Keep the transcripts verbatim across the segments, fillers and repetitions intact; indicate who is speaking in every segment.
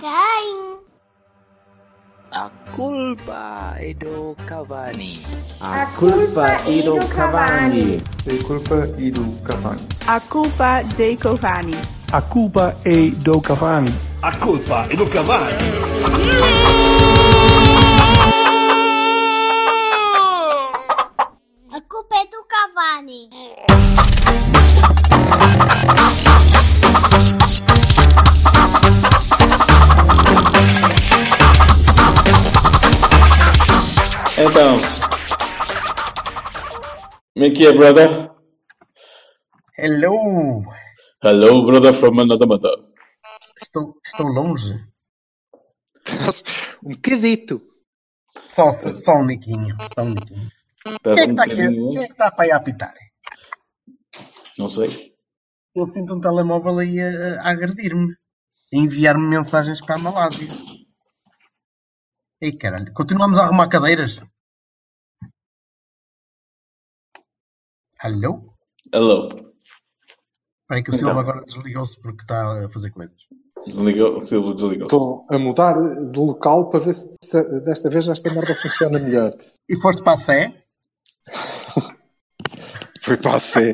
Speaker 1: Quem?
Speaker 2: A culpa é do Cavani.
Speaker 3: A culpa é do Cavani.
Speaker 4: A culpa é do Cavani.
Speaker 5: A culpa dei Cavani.
Speaker 6: A culpa é do Cavani.
Speaker 7: A culpa é do Cavani.
Speaker 1: A culpa é do Cavani.
Speaker 8: Então, como é que é, brother?
Speaker 9: Hello!
Speaker 8: Hello, brother from another mother.
Speaker 9: Estou, estou longe.
Speaker 3: Um bocadito.
Speaker 9: Só, só um niquinho. Só um niquinho.
Speaker 8: Estás
Speaker 9: Quem é que
Speaker 8: um
Speaker 9: está aqui?
Speaker 8: bocadinho...
Speaker 9: Quem é que está para aí a apitar?
Speaker 8: Não sei.
Speaker 9: Eu sinto um telemóvel aí a, a agredir-me. A enviar-me mensagens para a Malásia. Ei, caralho. Continuamos a arrumar cadeiras? Hello?
Speaker 8: Hello.
Speaker 9: Espera aí que o Silva agora desligou-se porque está a fazer coisas.
Speaker 8: Desligou, o Silva desligou-se.
Speaker 3: Estou a mudar de local para ver se, se desta vez esta merda funciona melhor.
Speaker 9: E foste para a Sé?
Speaker 3: Foi para a Sé.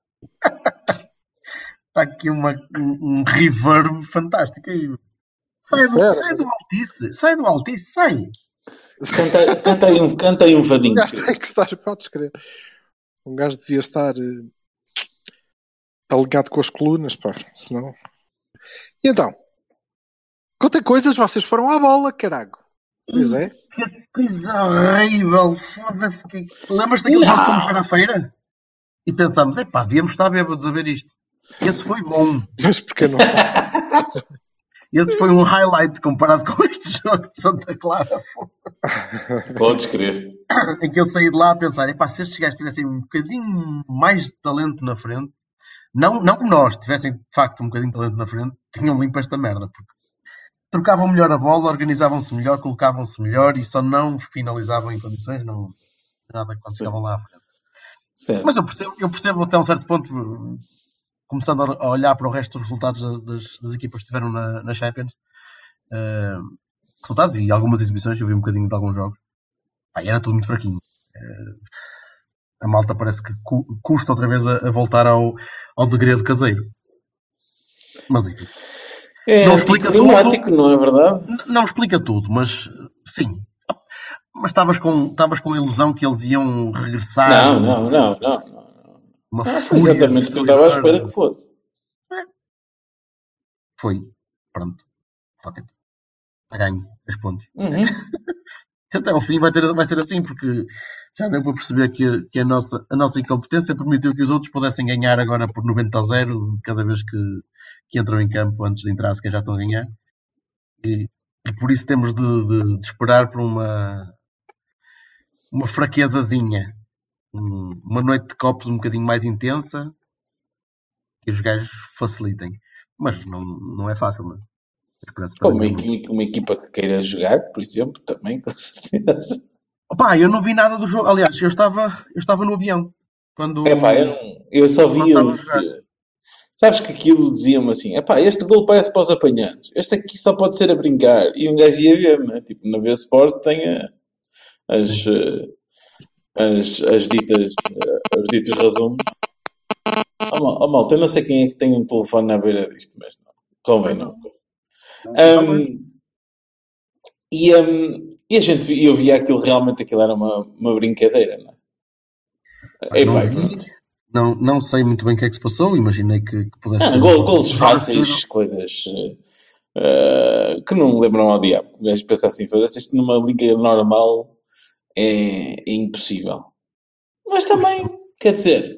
Speaker 9: Está aqui uma, um, um reverb fantástico aí. Sai do,
Speaker 3: Pera,
Speaker 9: sai
Speaker 3: mas-
Speaker 9: do Altice, sai do Altice, sai.
Speaker 8: Canta, canta, aí um, canta aí um
Speaker 3: Um
Speaker 8: fadinho.
Speaker 3: gajo tem que estar, podes crer. Um gajo devia estar eh, alinhado com as colunas, pá, senão. E então, contem coisas, vocês foram à bola, carago. Pois é.
Speaker 9: Que coisa horrível, foda-se. Que... Lembras-te daquele jogo que fomos ver à feira? E pensámos, epá, devíamos estar bêbados a ver isto. Esse foi bom.
Speaker 3: Mas porque não está.
Speaker 9: Esse foi um highlight comparado com este jogo de Santa Clara.
Speaker 8: Podes crer.
Speaker 9: Em que eu saí de lá a pensar, epá, se estes gajos tivessem um bocadinho mais de talento na frente, não, não como nós, tivessem de facto um bocadinho de talento na frente, tinham limpo esta merda. Porque trocavam melhor a bola, organizavam-se melhor, colocavam-se melhor e só não finalizavam em condições, não nada quando chegavam lá à frente.
Speaker 8: Certo.
Speaker 9: Mas eu percebo, eu percebo até um certo ponto, começando a olhar para o resto dos resultados das, das equipas que estiveram na, na Champions, eh, resultados e algumas exibições, eu vi um bocadinho de alguns jogos, pá, e era tudo muito fraquinho. Eh, a malta parece que cu- custa outra vez a, a voltar ao, ao degredo caseiro. Mas enfim,
Speaker 8: É
Speaker 9: Não explica
Speaker 8: anticlimático, não é verdade?
Speaker 9: N- não explica tudo, mas sim. Mas estavas com, estavas com a ilusão que eles iam regressar.
Speaker 8: Não, não, não, não. não.
Speaker 9: Uma
Speaker 8: Ah, foi
Speaker 9: fúria
Speaker 8: exatamente o que eu estava à espera que
Speaker 9: destruidora.
Speaker 8: fosse.
Speaker 9: Foi. Pronto. Fuck it. A ganho. Os pontos.
Speaker 8: Uhum.
Speaker 9: Até ao fim vai, ter, vai ser assim, porque já deu para perceber que, que a, nossa, a nossa incompetência permitiu que os outros pudessem ganhar agora por noventa a zero cada vez que, que entram em campo antes de entrar, se que já estão a ganhar. E, e por isso temos de, de- de esperar por uma, uma fraquezazinha. Um- uma noite de copos um bocadinho mais intensa que os gajos facilitem. Mas não, não é fácil, não é? A esperança
Speaker 8: Ou
Speaker 9: também
Speaker 8: uma,
Speaker 9: não é.
Speaker 8: equi- uma equipa que queira jogar, por exemplo, também, com certeza.
Speaker 9: Opa, eu não vi nada do jogo. Aliás, eu estava, eu estava no avião. Quando...
Speaker 8: É pá, eu, não- eu só
Speaker 9: Não
Speaker 8: vi
Speaker 9: estava a
Speaker 8: os.
Speaker 9: jogar.
Speaker 8: Sabes que aquilo diziam-me assim: é pá, este gol parece para os apanhantes, este aqui só pode ser a brincar. E um gajo ia ver, né? Tipo, na V Sport tem a- as, eh, as, as ditas, eh, os ditos resumos. Oh, mal, oh, malta, eu não sei quem é que tem um telefone na beira disto, mas não. Convém não. Ahm, e, ahm, e a gente, vi- eu via aquilo, realmente aquilo era uma, uma brincadeira, não é?
Speaker 9: Mas não
Speaker 8: Epá,
Speaker 9: vi.
Speaker 8: pronto.
Speaker 9: Não, não sei muito bem o que é que se passou. Imaginei que, que pudesse
Speaker 8: Ah,
Speaker 9: ser.
Speaker 8: gol- golos
Speaker 9: um
Speaker 8: fáceis, coisas eh, eh, que não lembram ao diabo. O gajo pensa assim, fazer isto numa liga normal é, é impossível. Mas também, quer dizer,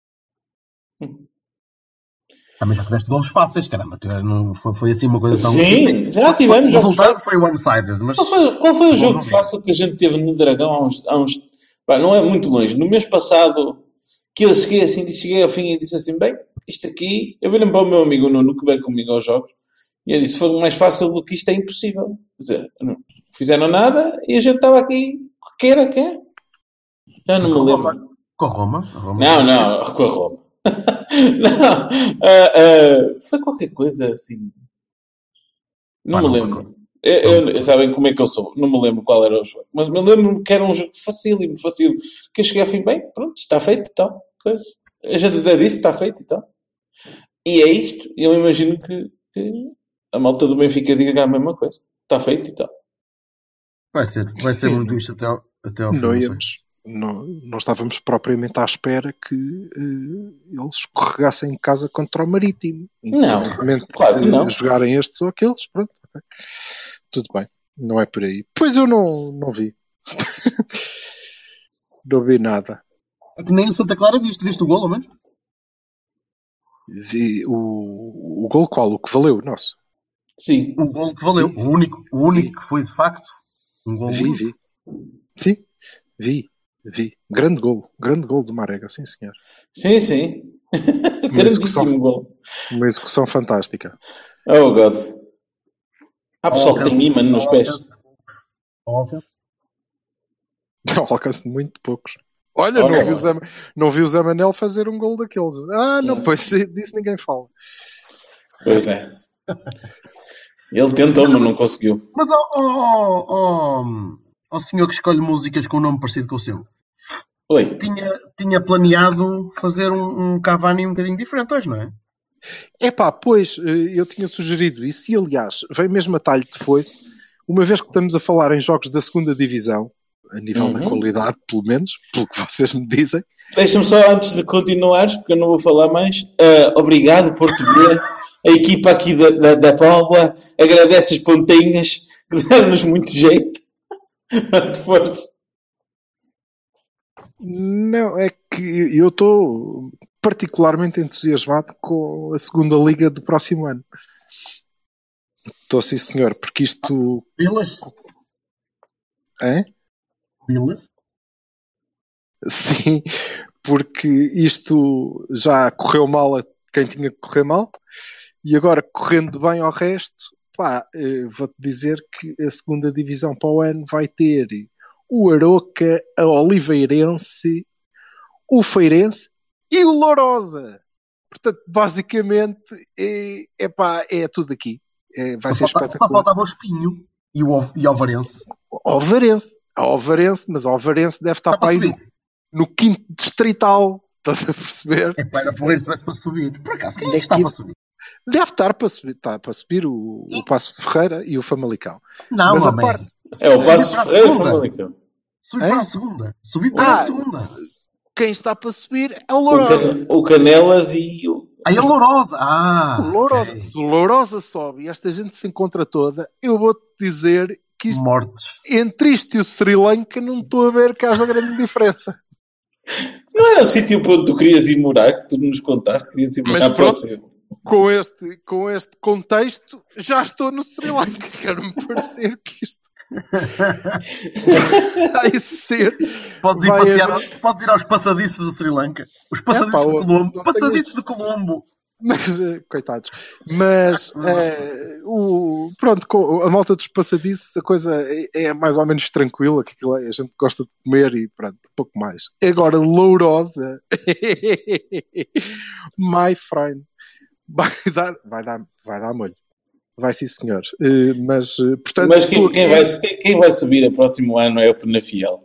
Speaker 9: Também já tiveste golos fáceis, caramba. Tiver- Não foi, foi assim uma coisa tão.
Speaker 8: sim, já tivemos
Speaker 9: O
Speaker 8: jogos
Speaker 9: resultado
Speaker 8: fáceis.
Speaker 9: foi one-sided, mas.
Speaker 8: Qual foi, qual foi o
Speaker 9: Golos
Speaker 8: jogo
Speaker 9: não vi.
Speaker 8: fácil que a gente teve no Dragão há uns, há uns- pá, não é muito longe. No mês passado, que eu cheguei assim, cheguei ao fim e disse assim, bem, isto aqui, eu virei para o meu amigo Nuno, que vem comigo aos jogos, e ele disse, foi mais fácil do que isto, é impossível. Quer dizer, não fizeram nada e a gente estava aqui, queira, quer. Já não me
Speaker 9: Com a
Speaker 8: lembro.
Speaker 9: Roma. Com a Roma. A Roma.
Speaker 8: Não, não, com a Roma. Não, ah, ah, foi qualquer coisa assim. Não
Speaker 9: Pá,
Speaker 8: me
Speaker 9: não
Speaker 8: lembro. Eu, eu, sabem como é que eu sou? Não me lembro qual era o jogo. Mas me lembro que era um jogo facílimo, facílimo. Que eu cheguei ao fim, bem, pronto, está feito e tal. Coisa. A gente até disse, está feito e tal. E é isto. Eu imagino que, que a malta do Benfica diga a mesma coisa. Está feito e tal.
Speaker 9: Vai ser, vai ser muito isto até ao, até ao fim.
Speaker 3: Não,
Speaker 9: Não sei.
Speaker 3: íamos, não, não estávamos propriamente à espera que uh, eles escorregassem em casa contra o Marítimo.
Speaker 8: Não,
Speaker 3: Independentemente
Speaker 8: claro que
Speaker 3: de
Speaker 8: não.
Speaker 3: jogarem estes ou aqueles, pronto. ok. Tudo bem, não é por aí. Pois eu não, não vi. Não vi nada.
Speaker 9: É que nem o Santa Clara viste. Viste o golo, ao menos?
Speaker 3: Vi o, o gol qual? O que valeu? Nosso.
Speaker 8: Sim.
Speaker 9: Um golo que valeu. O único, o único que foi, de facto, um golo
Speaker 3: Vi,
Speaker 9: único.
Speaker 3: vi. Sim, vi, vi. Grande gol. Grande gol do Marega, sim senhor.
Speaker 8: Sim, sim.
Speaker 3: execução.
Speaker 8: Grandíssimo gol.
Speaker 3: Uma execução fantástica.
Speaker 8: Oh, God. Há pessoal que tem imã nos pés.
Speaker 9: Ao alcance.
Speaker 3: Ao alcance de muito poucos. Olha,
Speaker 8: Olha
Speaker 3: não, vi
Speaker 8: lá.
Speaker 3: o Zé, não vi o Zé Manel fazer um gol daqueles. Ah, não,
Speaker 8: Hum.
Speaker 3: pois disso ninguém fala.
Speaker 8: Pois é. Ele tentou, mas não conseguiu.
Speaker 9: Mas ao, ao, ao, ao senhor que escolhe músicas com um nome parecido com o seu,
Speaker 8: Oi.
Speaker 9: tinha, tinha planeado fazer um, um Cavani um bocadinho diferente hoje, não é?
Speaker 3: Epá, pois, eh, eu tinha sugerido isso e, aliás, vem mesmo a talho de foice, uma vez que estamos a falar em jogos da segunda divisão, a nível da
Speaker 8: Uhum.
Speaker 3: qualidade, pelo menos, pelo que vocês me dizem.
Speaker 8: Deixa-me só, antes de continuares, porque eu não vou falar mais. ah, obrigado, Porto B. A equipa aqui da, da, da Póvoa agradece as pontinhas que deram-nos muito jeito. Muito força.
Speaker 3: Não, é que eu estou particularmente entusiasmado com a segunda liga do próximo ano. Estou, sim senhor, porque isto...
Speaker 9: Vilas?
Speaker 3: Hein?
Speaker 9: Vilas?
Speaker 3: Sim, porque isto já correu mal a quem tinha que correr mal e agora correndo bem ao resto, pá, eh, vou-te dizer que a segunda divisão para o ano vai ter o Aroca, a Oliveirense, o Feirense e o Lourosa. Portanto, basicamente, é, é, pá, é tudo aqui. É, vai
Speaker 9: Só,
Speaker 3: ser
Speaker 9: falta, só
Speaker 3: espetacular.
Speaker 9: faltava o Espinho e o, e o Alvarense.
Speaker 3: Alvarense, Alvarense, mas Alvarense deve estar
Speaker 9: Está
Speaker 3: para
Speaker 9: para
Speaker 3: aí no,
Speaker 9: subir.
Speaker 3: no quinto distrital. Estás a perceber?
Speaker 9: É para o Feirense para subir. Por acaso, quem é que está para subir?
Speaker 3: Deve estar para subir, está para subir o, o Paços de Ferreira e o Famalicão.
Speaker 9: Não,
Speaker 3: Mas a
Speaker 9: homem.
Speaker 3: parte-
Speaker 8: É o
Speaker 9: Subir
Speaker 8: passo.
Speaker 9: para a
Speaker 8: É o
Speaker 9: segunda.
Speaker 8: Famalicão.
Speaker 9: Subir
Speaker 3: Hein?
Speaker 9: para a segunda. Subir para a
Speaker 3: Ah,
Speaker 9: segunda.
Speaker 3: Quem está para subir é o
Speaker 8: O,
Speaker 3: Lourosa.
Speaker 8: Can- o Canelas e o.
Speaker 9: Aí é o Lourosa. Ah,
Speaker 3: O Lourosa.
Speaker 9: ok.
Speaker 3: Se o Lourosa sobe e esta gente se encontra toda, eu vou-te dizer que isto,
Speaker 9: Mortes.
Speaker 3: entre isto e o Sri Lanka não estou a ver que haja grande diferença.
Speaker 8: Não era o sítio para onde tu querias ir morar, que tu nos contaste, querias ir
Speaker 3: Mas
Speaker 8: morar
Speaker 3: pronto.
Speaker 8: próximo.
Speaker 3: Com este, com este contexto, já estou no Sri Lanka. Quero-me parecer que isto vai ser.
Speaker 9: Podes ir,
Speaker 3: vai
Speaker 9: passear,
Speaker 3: haver-
Speaker 9: podes ir aos passadiços do Sri Lanka. Os passadiços
Speaker 3: Epá,
Speaker 9: de
Speaker 3: eu
Speaker 9: Colombo.
Speaker 3: não tenho
Speaker 9: Passadiços
Speaker 3: isso.
Speaker 9: de Colombo.
Speaker 3: Mas, eh, coitados. Mas, eh, o, pronto, com a malta dos passadiços, a coisa é, é mais ou menos tranquila, que aquilo é- a gente gosta de comer e pronto, pouco mais. Agora, Lourosa, my friend, vai dar, vai dar, vai dar molho. Vai sim, senhor. Eh, mas, eh, portanto,
Speaker 8: Mas quem,
Speaker 3: estou
Speaker 8: quem
Speaker 3: aqui-
Speaker 8: vai, quem, quem vai subir a próximo ano é o Penafiel.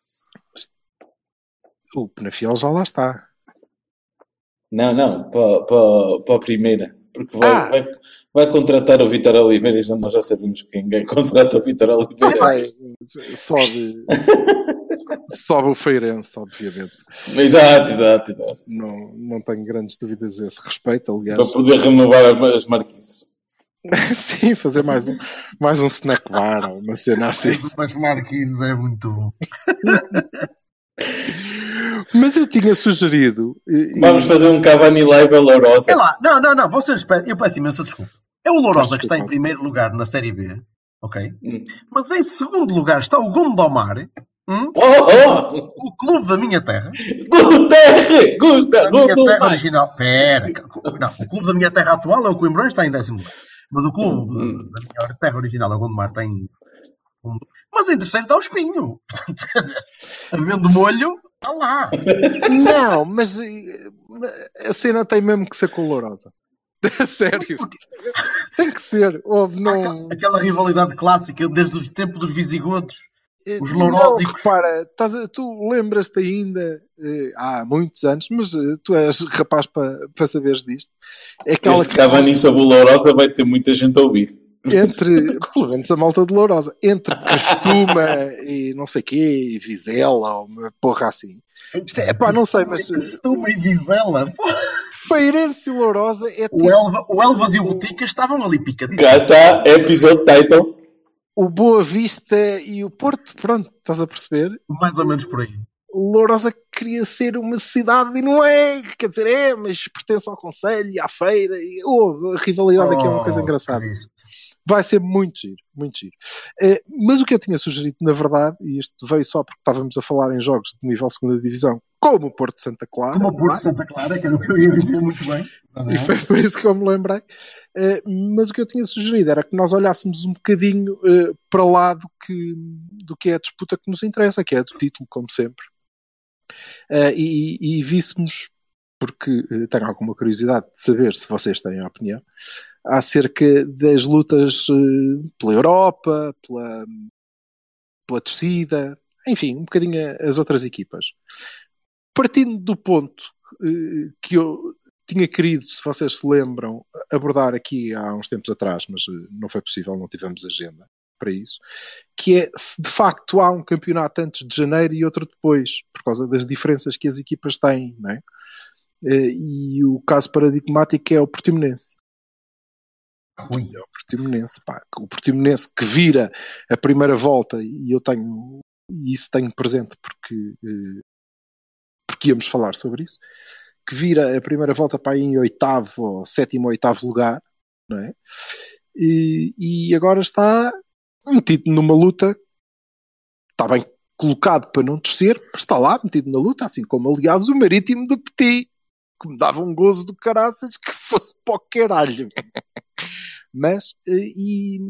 Speaker 3: o Penafiel já lá está.
Speaker 8: Não, não, para, para, para a primeira. Porque vai,
Speaker 3: Ah.
Speaker 8: vai, vai contratar o Vítor Oliveira e já- nós já sabemos quem é que contrata o Vítor
Speaker 3: Não
Speaker 8: Oliveira.
Speaker 3: sei, sobe, sobe o Feirense, obviamente.
Speaker 8: Exato, exato, exato.
Speaker 3: Não, não tenho grandes dúvidas a esse respeito, aliás.
Speaker 8: Para poder renovar as- as marquises.
Speaker 3: Sim, fazer mais um, mais um snack bar ou uma cena assim.
Speaker 9: Mas Marquinhos é muito bom.
Speaker 3: Mas eu tinha sugerido. e- e-
Speaker 8: Vamos fazer um Cavani Live a Lourosa.
Speaker 9: É lá. Não, não, não. Vocês pedem. Eu peço imensa desculpa. É o Lourosa
Speaker 3: Peço
Speaker 9: que está em
Speaker 3: desculpa.
Speaker 9: primeiro lugar na Série B. Ok?
Speaker 8: Hum.
Speaker 9: Mas em segundo lugar está o Gondomar. Hum?
Speaker 8: Oh, oh!
Speaker 9: O clube da minha terra.
Speaker 8: Guterre! Gusta!
Speaker 9: A minha terra
Speaker 8: Gusta!
Speaker 9: original. Pera. Não, o clube da minha terra atual é o Coimbrões, está em décimo lugar. Mas o clube
Speaker 8: Hum.
Speaker 9: da minha terra original é o Gondomar, está em. Mas em terceiro está o Espinho. Portanto, quer dizer, havendo molho, está lá.
Speaker 3: Não, mas eh, a cena tem mesmo que ser colorosa. Sério. Tem que ser. Houve, não...
Speaker 9: Aquela, aquela rivalidade clássica desde o tempo dos visigodos. Os
Speaker 3: Não,
Speaker 9: lourósicos.
Speaker 3: repara, estás a- tu lembras-te ainda, eh, há muitos anos, mas eh, tu és rapaz para pa saberes disto. É aquela
Speaker 8: Este
Speaker 3: que
Speaker 8: Cavani sobre o Lourosa vai ter muita gente a ouvir.
Speaker 3: entre, pelo menos a malta de Lourosa, entre Costuma e não sei quê, e Vizela, ou uma porra assim. Isto é, pá, não sei, mas eh,
Speaker 9: Costuma e Vizela.
Speaker 3: Feirense e Lourosa é
Speaker 9: O,
Speaker 3: tipo
Speaker 9: Elva, o Elvas e o Botica estavam ali picadinhos.
Speaker 8: Cá está, episode title.
Speaker 3: o Boa Vista e o Porto, pronto, estás a perceber?
Speaker 9: Mais ou menos por aí.
Speaker 3: Lourosa queria ser uma cidade e não é, quer dizer, é, mas pertence ao Conselho e à feira. E, oh, a rivalidade aqui é uma coisa
Speaker 9: Oh,
Speaker 3: engraçada.
Speaker 9: Cristo.
Speaker 3: Vai ser muito giro, muito giro. Eh, mas o que eu tinha sugerido, na verdade, e isto veio só porque estávamos a falar em jogos de nível segunda Divisão, como o Porto de Santa Clara,
Speaker 9: Como o Porto de Santa Clara, que era o que eu ia dizer muito bem.
Speaker 3: e foi por isso que eu me lembrei. Eh, mas o que eu tinha sugerido era que nós olhássemos um bocadinho eh, para lá do que, do que é a disputa que nos interessa, que é a do título, como sempre. Eh, e, e víssemos, porque eh, tenho alguma curiosidade de saber se vocês têm a opinião, acerca das lutas eh, pela Europa, pela, pela descida, enfim, um bocadinho as outras equipas. Partindo do ponto eh, que eu tinha querido, se vocês se lembram, abordar aqui há uns tempos atrás, mas eh, não foi possível, não tivemos agenda para isso, que é se de facto há um campeonato antes de janeiro e outro depois, por causa das diferenças que as equipas têm, não é? Eh, E o caso paradigmático é o Portimonense.
Speaker 9: Ui.
Speaker 3: É o Portimonense, pá. O Portimonense que vira a primeira volta, e eu tenho e isso tenho presente porque, eh, porque íamos falar sobre isso, que vira a primeira volta para aí em oitavo ou sétimo ou oitavo lugar, não é? E, e agora está metido numa luta, está bem colocado para não descer, mas está lá metido na luta, assim como aliás o Marítimo do Petit, que me dava um gozo do caraças que fosse para o caralho. Mas eh, e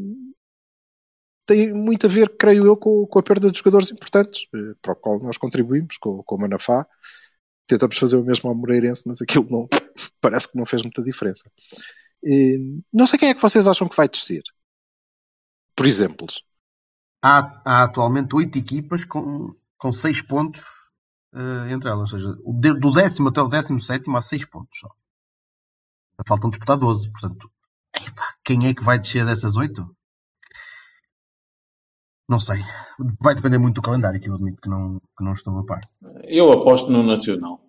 Speaker 3: tem muito a ver, creio eu, com, com a perda de jogadores importantes, eh, para o qual nós contribuímos, com, com o Manafá. Tentamos fazer o mesmo ao Moreirense, mas aquilo não, parece que não fez muita diferença. Eh, não sei quem é que vocês acham que vai descer. Por exemplo.
Speaker 9: Há, há atualmente oito equipas com, com seis pontos eh, entre elas. Ou seja, o de- do décimo até o décimo sétimo há seis pontos só. Faltam disputar doze. Portanto, epá, quem é que vai descer dessas oito? Não sei. Vai depender muito do calendário, que eu admito que não, que não estou a par.
Speaker 8: Eu aposto no Nacional.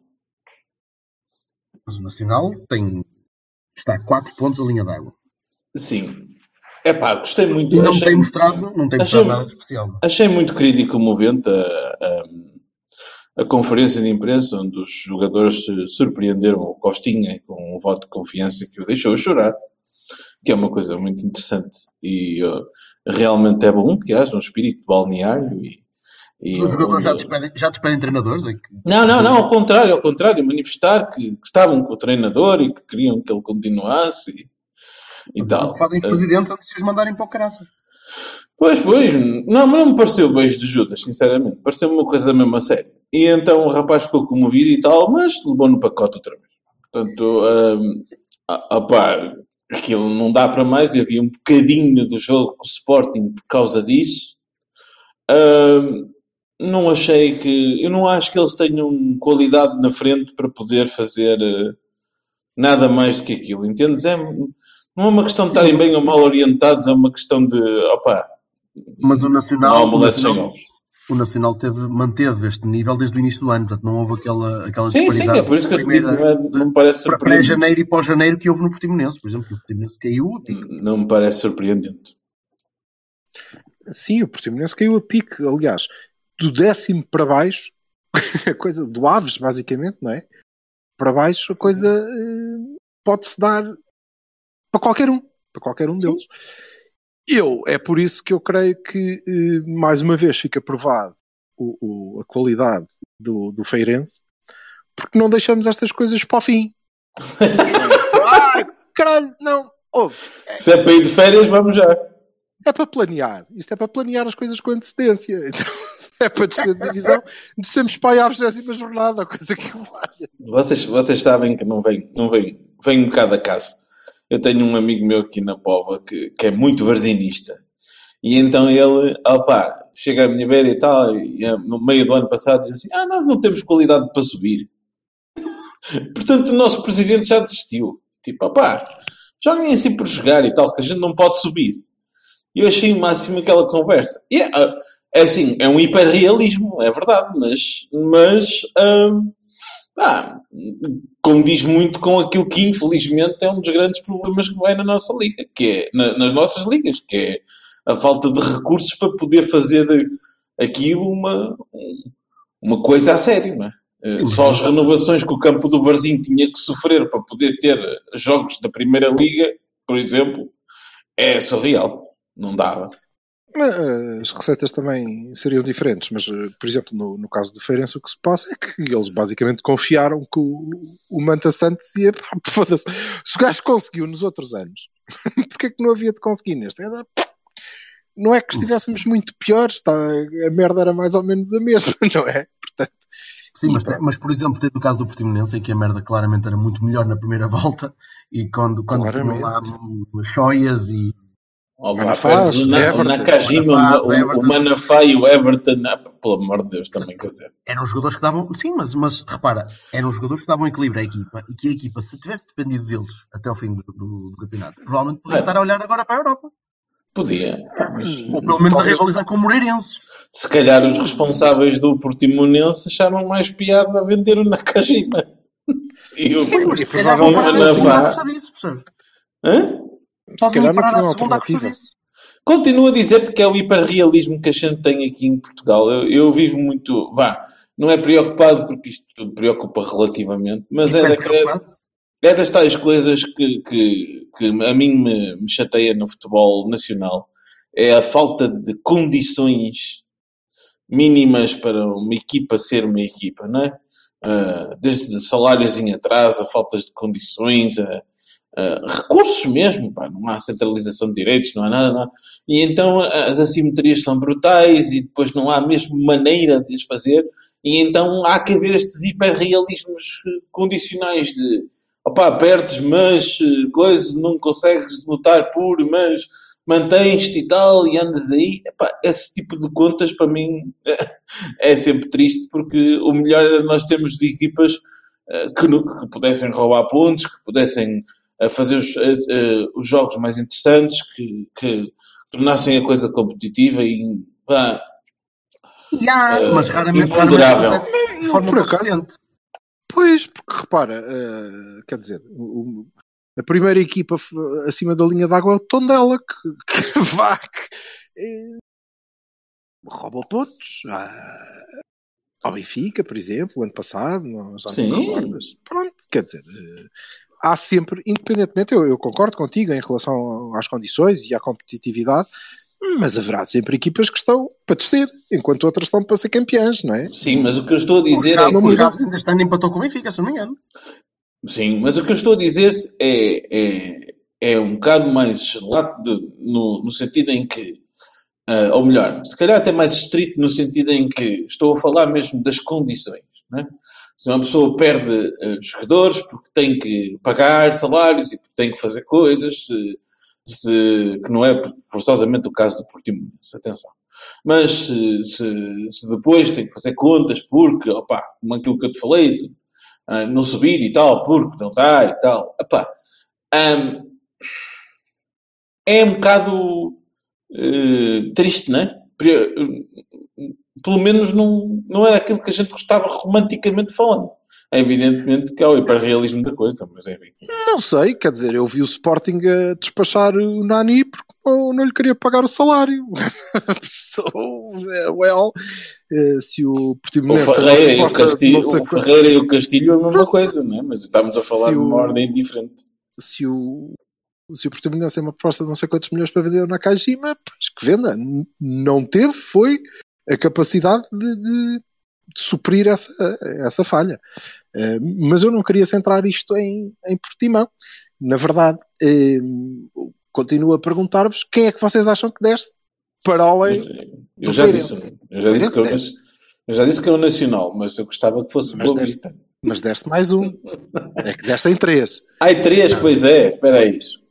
Speaker 9: Mas o Nacional tem, está a quatro pontos a linha d'água.
Speaker 8: Sim. É pá, gostei muito.
Speaker 9: E não
Speaker 8: achei,
Speaker 9: tem mostrado, não tem
Speaker 8: achei-
Speaker 9: mostrado nada de especial. não.
Speaker 8: achei muito querido e comovente a, a, a conferência de imprensa onde os jogadores se surpreenderam o Costinha com um voto de confiança que o deixou chorar, que é uma coisa muito interessante e uh, realmente é bom que haja um espírito balneário e, e
Speaker 9: Os jogadores já
Speaker 8: onde-
Speaker 9: despedem, já despedem treinadores? É que...
Speaker 8: Não, não, não, ao contrário, ao contrário, manifestar que, que estavam com o treinador e que queriam que ele continuasse e, e
Speaker 9: Mas é o
Speaker 8: tal.
Speaker 9: que fazem os presidentes antes de os mandarem para o caraças.
Speaker 8: Pois, pois, não, mas não me pareceu beijo de Judas, sinceramente, pareceu-me uma coisa mesmo a sério. E então o rapaz ficou comovido e tal, mas levou no pacote outra vez. Portanto, hum, ah, opá, aquilo não dá para mais, e havia um bocadinho do jogo com o Sporting por causa disso. Hum, não achei que, eu não acho que eles tenham qualidade na frente para poder fazer eh, nada mais do que aquilo, entendes? É, não é uma questão de estarem bem ou mal orientados, é uma questão de, opá,
Speaker 9: Mas o
Speaker 8: não há
Speaker 9: Nacional, o
Speaker 8: omelete sem
Speaker 9: Nacional,
Speaker 8: ovos.
Speaker 9: o Nacional teve, manteve este nível desde o início do ano. Portanto, não houve aquela, aquela
Speaker 8: Sim, sim,
Speaker 9: disparidade.
Speaker 8: é por isso que eu te digo,
Speaker 9: primeira-
Speaker 8: não, é- não me parece
Speaker 9: para
Speaker 8: surpreendente.
Speaker 9: pré-janeiro e pós-janeiro que houve no Portimonense. Por exemplo, que o Portimonense caiu a pico.
Speaker 8: Não me parece surpreendente.
Speaker 3: Sim, o Portimonense caiu a pique, aliás, do décimo para baixo, a coisa do Aves, basicamente, não é? Para baixo a coisa eh, pode-se dar para qualquer um, para qualquer um deles. Eu, é por isso que eu creio que, eh, mais uma vez, fica provado o, o- a qualidade do, do Feirense, porque não deixamos estas coisas para o fim. Ai, caralho, não. Ouve,
Speaker 8: Se é para ir de férias, vamos já.
Speaker 3: é para planear. Isto é para planear as coisas com antecedência. Então, é para descer de divisão, descemos para aí à vigésima jornada, a coisa que valha.
Speaker 8: Vocês, vocês sabem que não vem, não vem, vem um bocado a casa. eu tenho um amigo meu aqui na Póvoa que, que é muito varzinista. E então ele, opá, chega a minha beira e tal, e no meio do ano passado diz assim, ah, nós não temos qualidade para subir. Portanto, o nosso presidente já desistiu. Tipo, opá, joguem assim por jogar e tal, que a gente não pode subir. E eu achei o máximo aquela conversa. E é, é assim, é um hiperrealismo, é verdade, mas, mas hum, ah, condiz muito com aquilo que infelizmente é um dos grandes problemas que vai na nossa liga, que é, na, nas nossas ligas, que é a falta de recursos para poder fazer aquilo uma, uma coisa a sério, não é? Só as renovações que o campo do Varzim tinha que sofrer para poder ter jogos da Primeira Liga, por exemplo, é surreal. Não dava.
Speaker 3: As receitas também seriam diferentes, mas, por exemplo, no, no caso do Feirense, o que se passa é que eles basicamente confiaram que o, o Manta Santos ia... Pá, foda-se. Se o gajo conseguiu nos outros anos, porque é que não havia de conseguir neste? Não é que estivéssemos muito piores, está, a merda era mais ou menos a mesma, não é? Portanto,
Speaker 9: sim, mas, mas por exemplo, tem o caso do Portimonense em que a merda claramente era muito melhor na primeira volta e quando, quando tinham lá choias e
Speaker 8: oh, Manafá, o Nakajima, o, o Manafá e o Everton, ah, pelo amor de Deus, também quer dizer.
Speaker 9: Eram jogadores que davam, sim, mas, mas repara, eram jogadores que davam equilíbrio à equipa e que a equipa, se tivesse dependido deles até ao fim do, do, do campeonato, provavelmente podia é. estar a olhar agora para a Europa.
Speaker 8: Podia. Mas,
Speaker 9: ou pelo menos a rivalizar com o Moreirense.
Speaker 8: Se calhar sim. Os responsáveis do Portimonense acharam mais piada a vender o Nakajima. E o
Speaker 9: sim, mas se calhar o Manafá disso, percebes?
Speaker 8: Hã?
Speaker 3: Se calhar não tinha alternativa.
Speaker 8: Continuo a dizer-te que é o hiperrealismo que a gente tem aqui em Portugal. Eu, eu vivo muito... Vá, não é preocupado porque isto preocupa relativamente, mas é, daquela, é das tais coisas que, que, que a mim me, me chateia no futebol nacional. É a falta de condições mínimas para uma equipa ser uma equipa, não é? Uh, desde salários em atraso, a falta de condições, a Uh, recursos mesmo, pá, não há centralização de direitos, não há nada, não há. E então as assimetrias são brutais e depois não há mesmo maneira de as fazer, e então há que haver estes hiperrealismos condicionais de opá, perdes, mas coisa, não consegues lutar por, mas mantens-te e tal, e andas aí. Epá, esse tipo de contas para mim é sempre triste, porque o melhor era nós termos de equipas uh, que, que pudessem roubar pontos, que pudessem a fazer os, a, a, os jogos mais interessantes, que, que tornassem a coisa competitiva e pá,
Speaker 9: yeah, uh, mas raramente,
Speaker 8: imponderável.
Speaker 9: Raramente, de forma por acaso,
Speaker 3: pois, porque repara, uh, quer dizer, o, a primeira equipa acima da linha d'água é o Tondela, que, que vá, que, rouba pontos ah, ao Benfica, por exemplo, ano passado, já não me recordas. Pronto, quer dizer... Uh, há sempre, independentemente, eu, eu concordo contigo em relação às condições e à competitividade, mas haverá sempre equipas que estão para descer, enquanto outras estão para ser campeãs, não é?
Speaker 8: Sim, mas o que eu estou a dizer
Speaker 9: o
Speaker 8: é que...
Speaker 9: O Chaves ainda este ano empatou com o Benfica, se não me engano.
Speaker 8: Sim, mas o que eu estou a dizer é, é, é um bocado mais lato de, no, no sentido em que, uh, ou melhor, se calhar até mais estrito no sentido em que estou a falar mesmo das condições, não é? Se uma pessoa perde uh, jogadores porque tem que pagar salários e porque tem que fazer coisas, se, se, que não é forçosamente o caso do Portimonense, atenção. Mas se, se, se depois tem que fazer contas porque, opá, como aquilo que eu te falei, de, uh, não subir e tal, porque não está e tal, opá, um, é um bocado uh, triste, não é? Pelo menos não, não era aquilo que a gente gostava romanticamente falando. É evidentemente que é o hiperrealismo da coisa, mas enfim.
Speaker 3: Não sei, quer dizer, eu vi o Sporting a despachar o Nani porque não, não lhe queria pagar o salário. So, well, se o Portimonense...
Speaker 8: O Ferreira, e o, Castilho, o Ferreira e o Castilho é a mesma coisa, não é? Mas estamos a falar de uma ordem diferente.
Speaker 3: Se o... Se o Portimonense tem uma proposta de não sei quantos milhões para vender na Nakajima, pois que venda. Não teve, foi a capacidade de, de, de suprir essa, essa falha. Uh, mas eu não queria centrar isto em, em Portimão. Na verdade, uh, continuo a perguntar-vos quem é que vocês acham que deste para além
Speaker 8: eu, eu, já disse, eu, já disse que eu, eu já disse que é o Nacional, mas eu gostava que fosse Boa Vista.
Speaker 3: Mas deste mais um. É que deste em três.
Speaker 8: Ai, três, não. Pois é. Espera aí.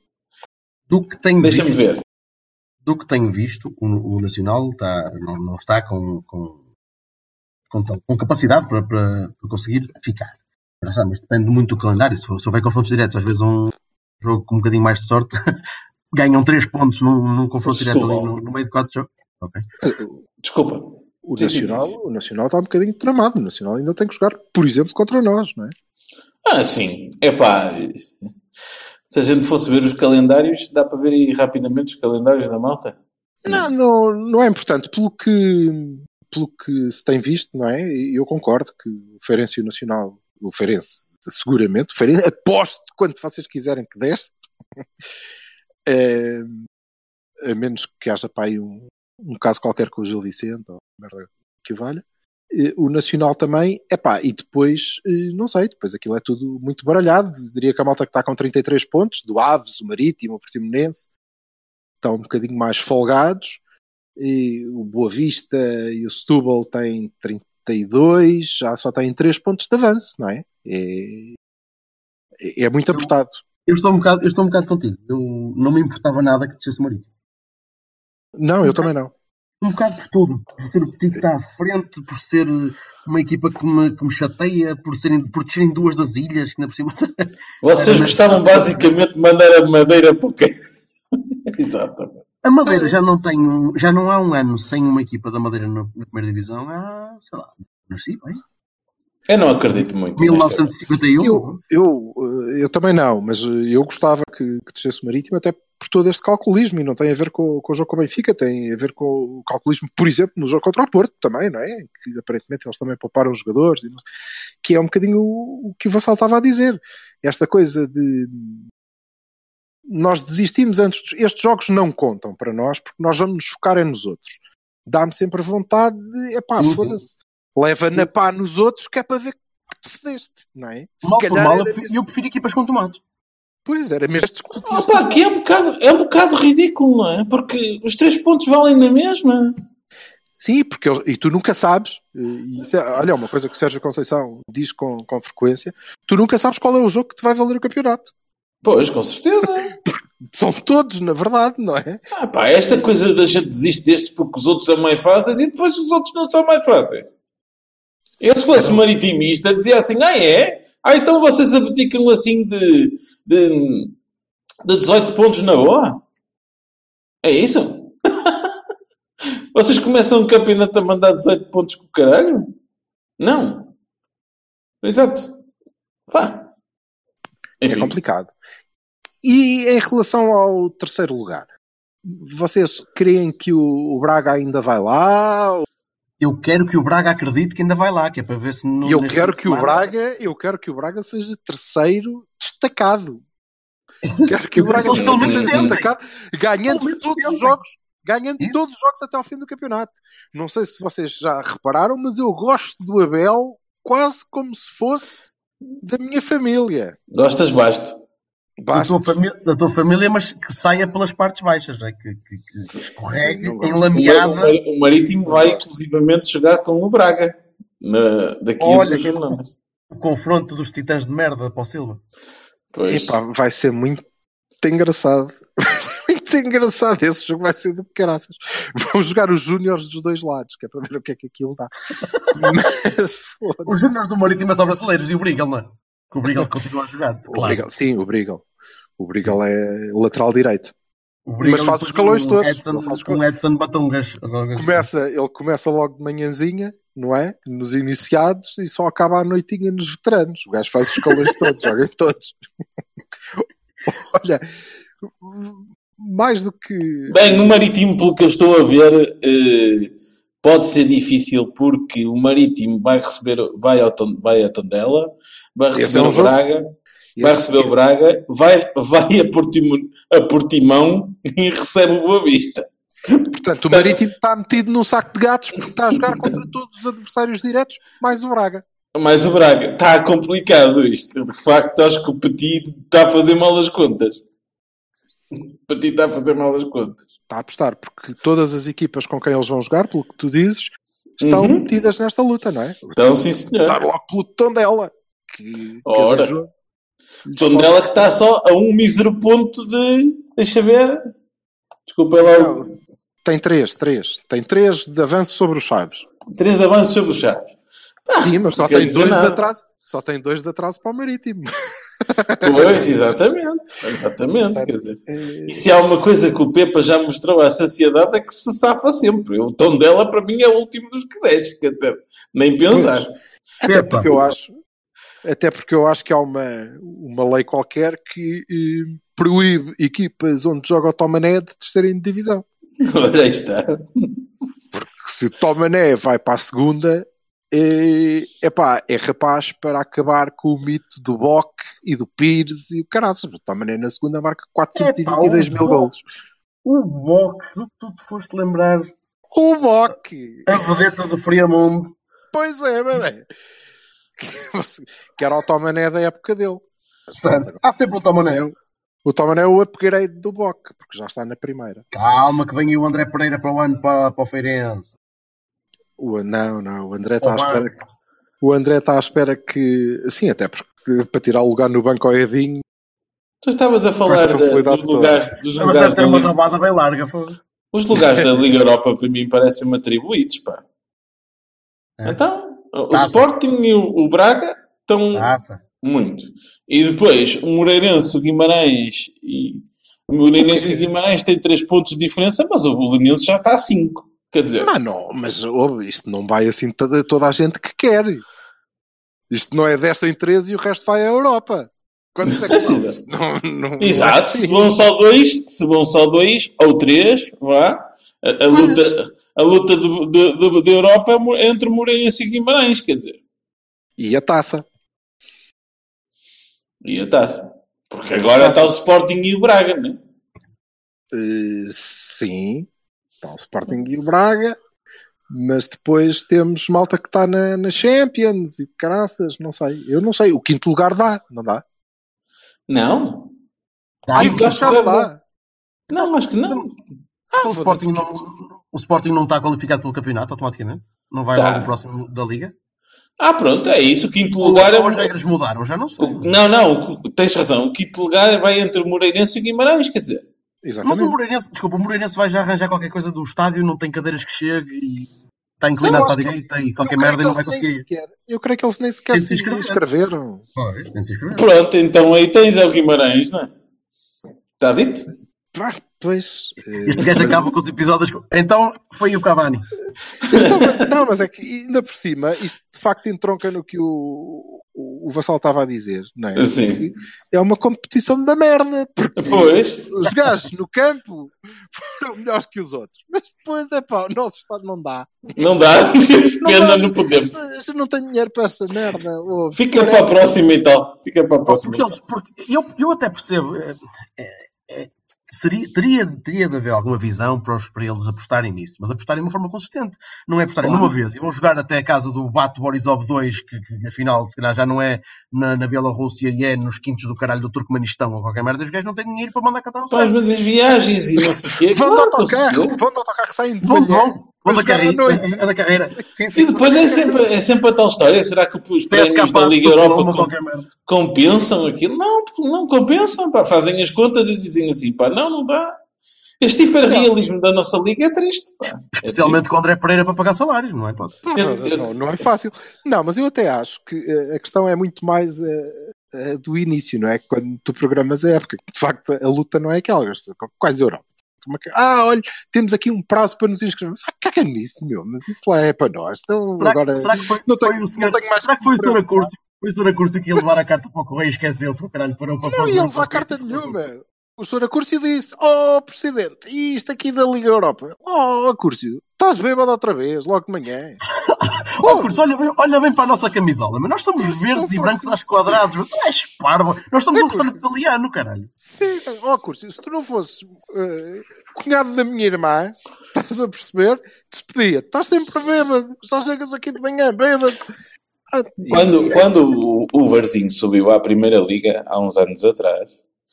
Speaker 9: Do que tenho
Speaker 8: Deixa-me
Speaker 9: visto,
Speaker 8: ver.
Speaker 9: do que tenho visto, o, o Nacional está, não, não está com, com, com, tal- com capacidade para, para, para conseguir ficar. Mas, ah, mas depende muito do calendário. Se, for- se houver confrontos diretos, às vezes um jogo com um bocadinho mais de sorte, ganham três pontos num, num confronto direto ali no, no meio de quatro jogos. Ok.
Speaker 8: Desculpa.
Speaker 3: O
Speaker 8: Sim, sim.
Speaker 3: Nacional, o Nacional está um bocadinho tramado. O Nacional ainda tem que jogar, por exemplo, contra nós, não é?
Speaker 8: Ah, sim. Epá, se a gente fosse ver os calendários, dá para ver aí rapidamente os calendários da malta?
Speaker 3: Não, não, não é importante. Pelo que, pelo que se tem visto, não é? E eu concordo que o Feirense e o Nacional, o Feirense, seguramente, o Feirense, aposto quanto vocês quiserem que deste, é, a menos que haja para aí um, um caso qualquer com o Gil Vicente, ou merda que valha. Eh, O Nacional também, epá, e depois, eh, não sei, depois aquilo é tudo muito baralhado. Diria que a malta que está com trinta e três pontos, do Aves, o Marítimo, o Portimonense, estão um bocadinho mais folgados, e o Boa Vista e o Setúbal têm trinta e dois, já só têm três pontos de avanço, não é? É, é é muito
Speaker 9: Eu,
Speaker 3: apertado.
Speaker 9: eu, estou um bocado, eu estou um bocado contigo. Eu não me importava nada que descesse o Marítimo.
Speaker 3: Não,
Speaker 9: Um
Speaker 3: eu
Speaker 9: bocado,
Speaker 3: também não.
Speaker 9: um bocado por tudo. Por ser o Petit que está à frente, por ser uma equipa que me, que me chateia, por, serem, por descerem duas das ilhas, que ainda por cima era
Speaker 8: Vocês
Speaker 9: mais
Speaker 8: gostavam basicamente de mandar a Madeira para o quê? Exatamente.
Speaker 9: A Madeira já não tem um- já não há um ano sem uma equipa da Madeira na, na primeira divisão. Há, sei lá, nasci bem.
Speaker 8: Eu não acredito muito,
Speaker 9: mil
Speaker 8: honestamente.
Speaker 9: novecentos e cinquenta e um.
Speaker 3: Eu, eu, eh, eu também não, mas eh, eu gostava que, que descesse o Marítimo, até por todo este calculismo, e não tem a ver com, com o jogo com o Benfica, tem a ver com o calculismo, por exemplo, no jogo contra o Porto também, não é? Que aparentemente eles também pouparam os jogadores, e não- que é um bocadinho o, o que o Vassal estava a dizer. Esta coisa de nós desistimos antes, dos- estes jogos não contam para nós, porque nós vamos nos focar é nos outros. Dá-me sempre vontade de, epá,
Speaker 9: Sim, sim.
Speaker 3: foda-se, leva
Speaker 9: Sim.
Speaker 3: na pá nos outros, que é para ver que te fodeste, não é? Se
Speaker 9: Mal por
Speaker 3: calhar
Speaker 9: mal, eu
Speaker 3: era
Speaker 9: prefiro, eu prefiro equipas com tomates.
Speaker 3: Pois, era mesmo estes que tu tinhas
Speaker 8: Opa, que é um, bocado, é um bocado ridículo, não é? Porque os três pontos valem na mesma.
Speaker 3: Sim, porque eles- e tu nunca sabes, e isso é- olha, uma coisa que o Sérgio Conceição diz com, com frequência, tu nunca sabes qual é o jogo que te vai valer o campeonato.
Speaker 8: Pois, com certeza.
Speaker 3: São todos, na verdade, não é?
Speaker 8: Ah, pá, esta coisa da gente desiste destes porque os outros são mais fáceis e depois os outros não são mais fáceis. Eu, se fosse maritimista, dizia assim: ah, é? Ah, então vocês abdicam assim de, de, de dezoito pontos na boa? É isso? Vocês começam um campeonato a mandar dezoito pontos com o caralho? Não. Exato. Pá.
Speaker 3: É
Speaker 8: Enfim.
Speaker 3: complicado. E em relação ao terceiro lugar, vocês creem que o, o Braga ainda vai lá?
Speaker 9: Eu quero que o Braga acredite que ainda vai lá, que é para ver se no,
Speaker 3: Eu
Speaker 9: neste
Speaker 3: quero
Speaker 9: fim de
Speaker 3: que o
Speaker 9: semana-
Speaker 3: Braga, eu quero que o Braga seja terceiro destacado. Quero que o
Speaker 9: Eu quero
Speaker 3: Braga
Speaker 9: que eles
Speaker 3: seja
Speaker 9: pelo menos
Speaker 3: terceiro
Speaker 9: tentem.
Speaker 3: destacado, ganhando
Speaker 9: Pelo menos
Speaker 3: todos os
Speaker 9: tentem.
Speaker 3: jogos, ganhando
Speaker 9: Isso.
Speaker 3: todos os jogos até ao fim do campeonato. Não sei se vocês já repararam, mas eu gosto do Abel quase como se fosse da minha família.
Speaker 8: Gostas basto.
Speaker 9: da
Speaker 3: Basta.
Speaker 9: tua, família, da tua família, mas que saia pelas partes baixas, não é? que, que, que escorregue,
Speaker 3: Sim, não gosto.
Speaker 9: enlameada.
Speaker 8: O, Mar- o Marítimo
Speaker 3: Não
Speaker 8: vai,
Speaker 3: gosto.
Speaker 8: inclusivamente, jogar com o Braga. Na, daqui
Speaker 9: Olha,
Speaker 8: a duas semanas.
Speaker 9: o confronto dos titãs de merda para o Silva.
Speaker 8: Pois.
Speaker 3: Epá, vai ser muito engraçado. Vai ser muito engraçado. Esse jogo vai ser do caraças. Vão jogar os júniores dos dois lados, que é para ver o que é que aquilo dá. Mas foda-se.
Speaker 9: Os júniores do Marítimo são brasileiros e o Brigal, não é? Que o Brigal continua a jogar.
Speaker 3: O
Speaker 9: Claro.
Speaker 3: Brigal, sim, o Brigal. O Brigal é lateral direito.
Speaker 9: O Brigal
Speaker 3: Mas faz os
Speaker 9: depois
Speaker 3: escalões
Speaker 9: com
Speaker 3: todos.
Speaker 9: Edson,
Speaker 3: Ele faz os
Speaker 9: com Edson Batungas.
Speaker 3: Começa, ele começa logo de manhãzinha, não é? Nos iniciados e só acaba à noitinha nos veteranos. O gajo faz os escalões todos, joga em todos. Olha, mais do que.
Speaker 8: Bem, no Marítimo, pelo que eu estou a ver, eh, pode ser difícil porque o Marítimo vai receber, vai, ao, Ton- vai a Tondela, vai
Speaker 3: Esse
Speaker 8: receber
Speaker 3: é um
Speaker 8: o
Speaker 3: jogo-
Speaker 8: Braga, vai
Speaker 3: Esse-
Speaker 8: receber o Braga, vai, vai a, Portimão, a Portimão e recebe o Boa Vista.
Speaker 3: Portanto, o Marítimo está metido num saco de gatos porque está a jogar contra todos os adversários diretos, mais o Braga.
Speaker 8: Mais o Braga. Está complicado isto. De facto, acho que o Petit está a fazer mal as contas. O Petit está a fazer mal as contas.
Speaker 3: Está a apostar, porque todas as equipas com quem eles vão jogar, pelo que tu dizes, estão
Speaker 8: Uhum.
Speaker 3: metidas nesta luta, não é?
Speaker 8: Então, sim, senhor.
Speaker 3: Começar logo pelo Tondela. Que
Speaker 8: Ora.
Speaker 3: cada jogo lhes
Speaker 8: Tondela que está só a um mísero ponto de, Deixa ver. Desculpa lá.
Speaker 3: Não, tem três, três. Tem três de avanço sobre os Chaves.
Speaker 8: Três de avanço sobre os Chaves. Ah,
Speaker 3: Sim, mas só
Speaker 8: quer
Speaker 3: tem
Speaker 8: dizer
Speaker 3: dois de
Speaker 8: nada.
Speaker 3: atraso. Só tem dois de atraso para o Marítimo.
Speaker 8: Pois, exatamente. Exatamente. Quer dizer,
Speaker 3: É...
Speaker 8: e se há uma coisa que o Pepa já mostrou à sociedade é que se safa sempre. O tom dela, para mim, é o último dos que desce. Quer dizer, nem pensar.
Speaker 3: Até
Speaker 9: Pepa.
Speaker 3: porque eu acho, até porque eu acho que há uma, uma lei qualquer que eh, proíbe equipas onde joga o Tomané de descerem de divisão.
Speaker 8: Ora, aí está.
Speaker 3: Porque se o Tomané vai para a segunda, é, epá, é rapaz para acabar com o mito do Bock e do Pires e o caraças. O Tomané na segunda marca quatrocentos e vinte e dois mil golos.
Speaker 9: O Bock, tu, tu te foste lembrar
Speaker 3: O Bock!
Speaker 9: a vedeta do Friamundo.
Speaker 3: Pois é, bebê. Que era o Tomané da época dele. Mas,
Speaker 9: Certo.
Speaker 3: pronto,
Speaker 9: Há sempre o Tomané.
Speaker 3: o Tomané é o upgrade do Bock, porque já está na primeira.
Speaker 9: Calma, que vem aí o André Pereira para o ano para, para o Feirense.
Speaker 3: O, não, não, o André está à
Speaker 9: Ou
Speaker 3: espera que, o André está à espera que, sim, até porque para tirar o lugar no banco ao Edinho,
Speaker 8: Tu estavas a falar
Speaker 3: essa
Speaker 8: de-
Speaker 3: facilidade
Speaker 8: dos lugares, dos
Speaker 9: Mas
Speaker 8: lugares
Speaker 9: deve ter
Speaker 8: da
Speaker 9: uma
Speaker 8: Liga.
Speaker 9: rabada bem larga. Foi.
Speaker 8: Os lugares da Liga Europa para mim parecem-me atribuídos, pá.
Speaker 9: É.
Speaker 8: Então, o
Speaker 9: Taça.
Speaker 8: Sporting e o, o Braga estão
Speaker 9: Taça.
Speaker 8: muito. E depois, o Moreirense, o Guimarães e o Moreirense e o Guimarães têm três pontos de diferença, mas o Belenenses já está a cinco. Quer dizer,
Speaker 3: mas não, mas ouve, isto não vai assim toda, toda a gente que quer. Isto não é dez em treze e o resto vai à Europa. Quantos é que são? Isto não, não, não é
Speaker 8: exato,
Speaker 3: assim.
Speaker 8: se vão só dois, se vão só dois ou três, vá, a, a luta, a luta de, de, de, de Europa é entre Moreirense e Guimarães, quer dizer,
Speaker 3: E a taça.
Speaker 8: e a taça. Porque agora está o Sporting e o Braga, não é?
Speaker 3: Uh, sim, está o Sporting e o Braga, mas depois temos malta que está na, na Champions e caraças, não sei. Eu não sei. O quinto lugar dá, não dá?
Speaker 8: Não.
Speaker 3: Ah,
Speaker 8: eu
Speaker 3: eu
Speaker 8: acho que
Speaker 3: achava
Speaker 8: dá.
Speaker 3: lá.
Speaker 8: Não, acho que não.
Speaker 3: Ah,
Speaker 9: o,
Speaker 3: foda-se.
Speaker 9: Sporting não, o Sporting não está qualificado pelo campeonato automaticamente? Não vai
Speaker 8: Tá.
Speaker 9: logo o próximo da Liga?
Speaker 8: Ah, pronto, é isso. O quinto
Speaker 9: Ou,
Speaker 8: lugar é.
Speaker 9: ou as regras mudaram? Já não sei.
Speaker 8: o- Não, não, o- tens razão. O quinto lugar vai entre o Moreirense e o Guimarães, quer dizer.
Speaker 9: Mas
Speaker 3: Exatamente.
Speaker 9: o Moreirense, desculpa, o Moreirense vai já arranjar qualquer coisa do estádio, não tem cadeiras que chegue e está
Speaker 3: Eu
Speaker 9: inclinado
Speaker 3: acho
Speaker 9: para a
Speaker 3: que-
Speaker 9: direita e qualquer
Speaker 3: Eu creio
Speaker 9: merda e não
Speaker 3: que
Speaker 9: vai
Speaker 3: eles nem
Speaker 9: conseguir.
Speaker 3: sequer- Eu creio que eles nem sequer
Speaker 9: Tem de
Speaker 3: se
Speaker 9: se inscrever.
Speaker 3: inscreveram.
Speaker 9: Pois, tem de se inscrever.
Speaker 8: Pronto, então aí tens é o Guimarães, não é? Está dito?
Speaker 3: Pá, pois. eh,
Speaker 9: Este gajo
Speaker 3: mas-
Speaker 9: acaba com os episódios. com- Então foi o Cavani.
Speaker 3: Então, mas- não, mas é que ainda por cima, isto de facto entronca no que o, o, o Vassal estava a dizer, não é?
Speaker 8: Sim.
Speaker 3: É uma competição da merda, porque
Speaker 8: Pois.
Speaker 3: os gajos no campo foram melhores que os outros, mas depois é pá, o nosso estado não dá.
Speaker 8: Não dá. Pena,
Speaker 3: dá.
Speaker 8: não podemos.
Speaker 3: A gente não tem dinheiro para essa merda. Ô,
Speaker 8: Fica
Speaker 3: parece-
Speaker 8: para a próxima e tal. Fica para a próxima.
Speaker 9: Porque, eles, porque eu, eu até percebo. é, é, é, seria, teria, teria de haver alguma visão para, os, para eles apostarem nisso, mas apostarem de uma forma consistente. Não é apostarem
Speaker 8: Claro.
Speaker 9: numa vez e vão jogar até a casa do Bato Borisov dois, que, que afinal, se calhar já não é na, na Bielorrússia e é nos quintos do caralho do Turcomanistão ou qualquer merda. Os gajos não têm dinheiro para mandar cantar o
Speaker 8: Faz
Speaker 9: céu.
Speaker 8: muitas viagens e não sei o quê.
Speaker 3: Vão de
Speaker 8: Claro, com
Speaker 3: autocarro,
Speaker 8: certeza.
Speaker 3: vão de autocarro, saem de
Speaker 9: Vão,
Speaker 3: manhã,
Speaker 9: vão, vão da
Speaker 3: jogar à
Speaker 9: carreira.
Speaker 3: noite.
Speaker 9: É da carreira. Sim, sim.
Speaker 8: E depois é sempre, é sempre a tal história. Será que os
Speaker 9: C S K
Speaker 8: prémios da
Speaker 9: Patos,
Speaker 8: Liga
Speaker 9: do
Speaker 8: Europa
Speaker 9: Colombo,
Speaker 8: com-
Speaker 9: qualquer merda.
Speaker 8: compensam aquilo? Não, não compensam. Pá. Fazem as contas e dizem assim, pá, não, não dá. Este hiperrealismo da nossa Liga é triste, pá. É
Speaker 9: Especialmente com o André Pereira para pagar salários, não é? Pá?
Speaker 3: Não,
Speaker 8: Eu-
Speaker 3: não, não é fácil. Não, mas eu até acho que eh, a questão é muito mais eh, eh, do início, não é? Quando tu programas a época. De facto, a luta não é aquela. as pessoas, Quase Europa. Ah, olha, temos aqui um prazo para nos inscrevermos. Ah, caga nisso, meu. Mas isso lá é para nós. Então
Speaker 9: Será, que-
Speaker 3: agora.
Speaker 9: será que foi,
Speaker 3: não tenho-
Speaker 9: foi o senhor,
Speaker 3: não tenho mais
Speaker 9: será que foi o
Speaker 3: que
Speaker 9: senhor
Speaker 3: me
Speaker 9: Acurso? Foi o senhor Acurso que ia levar a carta para o correio e esqueceu-se, o caralho parou para
Speaker 3: Não ia levar carta nenhuma. O senhor Acúrcio disse: Oh, Presidente, isto aqui da Liga Europa. Oh, Acúrcio, estás bêbado outra vez, logo de manhã.
Speaker 9: Oh, Acurso, olha bem, olha bem para a nossa camisola, mas nós somos
Speaker 3: Mas se
Speaker 9: verdes
Speaker 3: não
Speaker 9: e brancos
Speaker 3: fosse-
Speaker 9: aos quadrados, mas tu és parvo, nós somos um
Speaker 3: Acurso.
Speaker 9: restaurante italiano, caralho.
Speaker 3: Sim, ó oh, Acúrcio, se tu não fosses eh, cunhado da minha irmã, estás a perceber? Despedia, estás sempre bêbado, só chegas aqui de manhã bêbado. Ah, e-
Speaker 8: Quando, quando o, o Varzinho subiu à Primeira Liga, há uns anos atrás,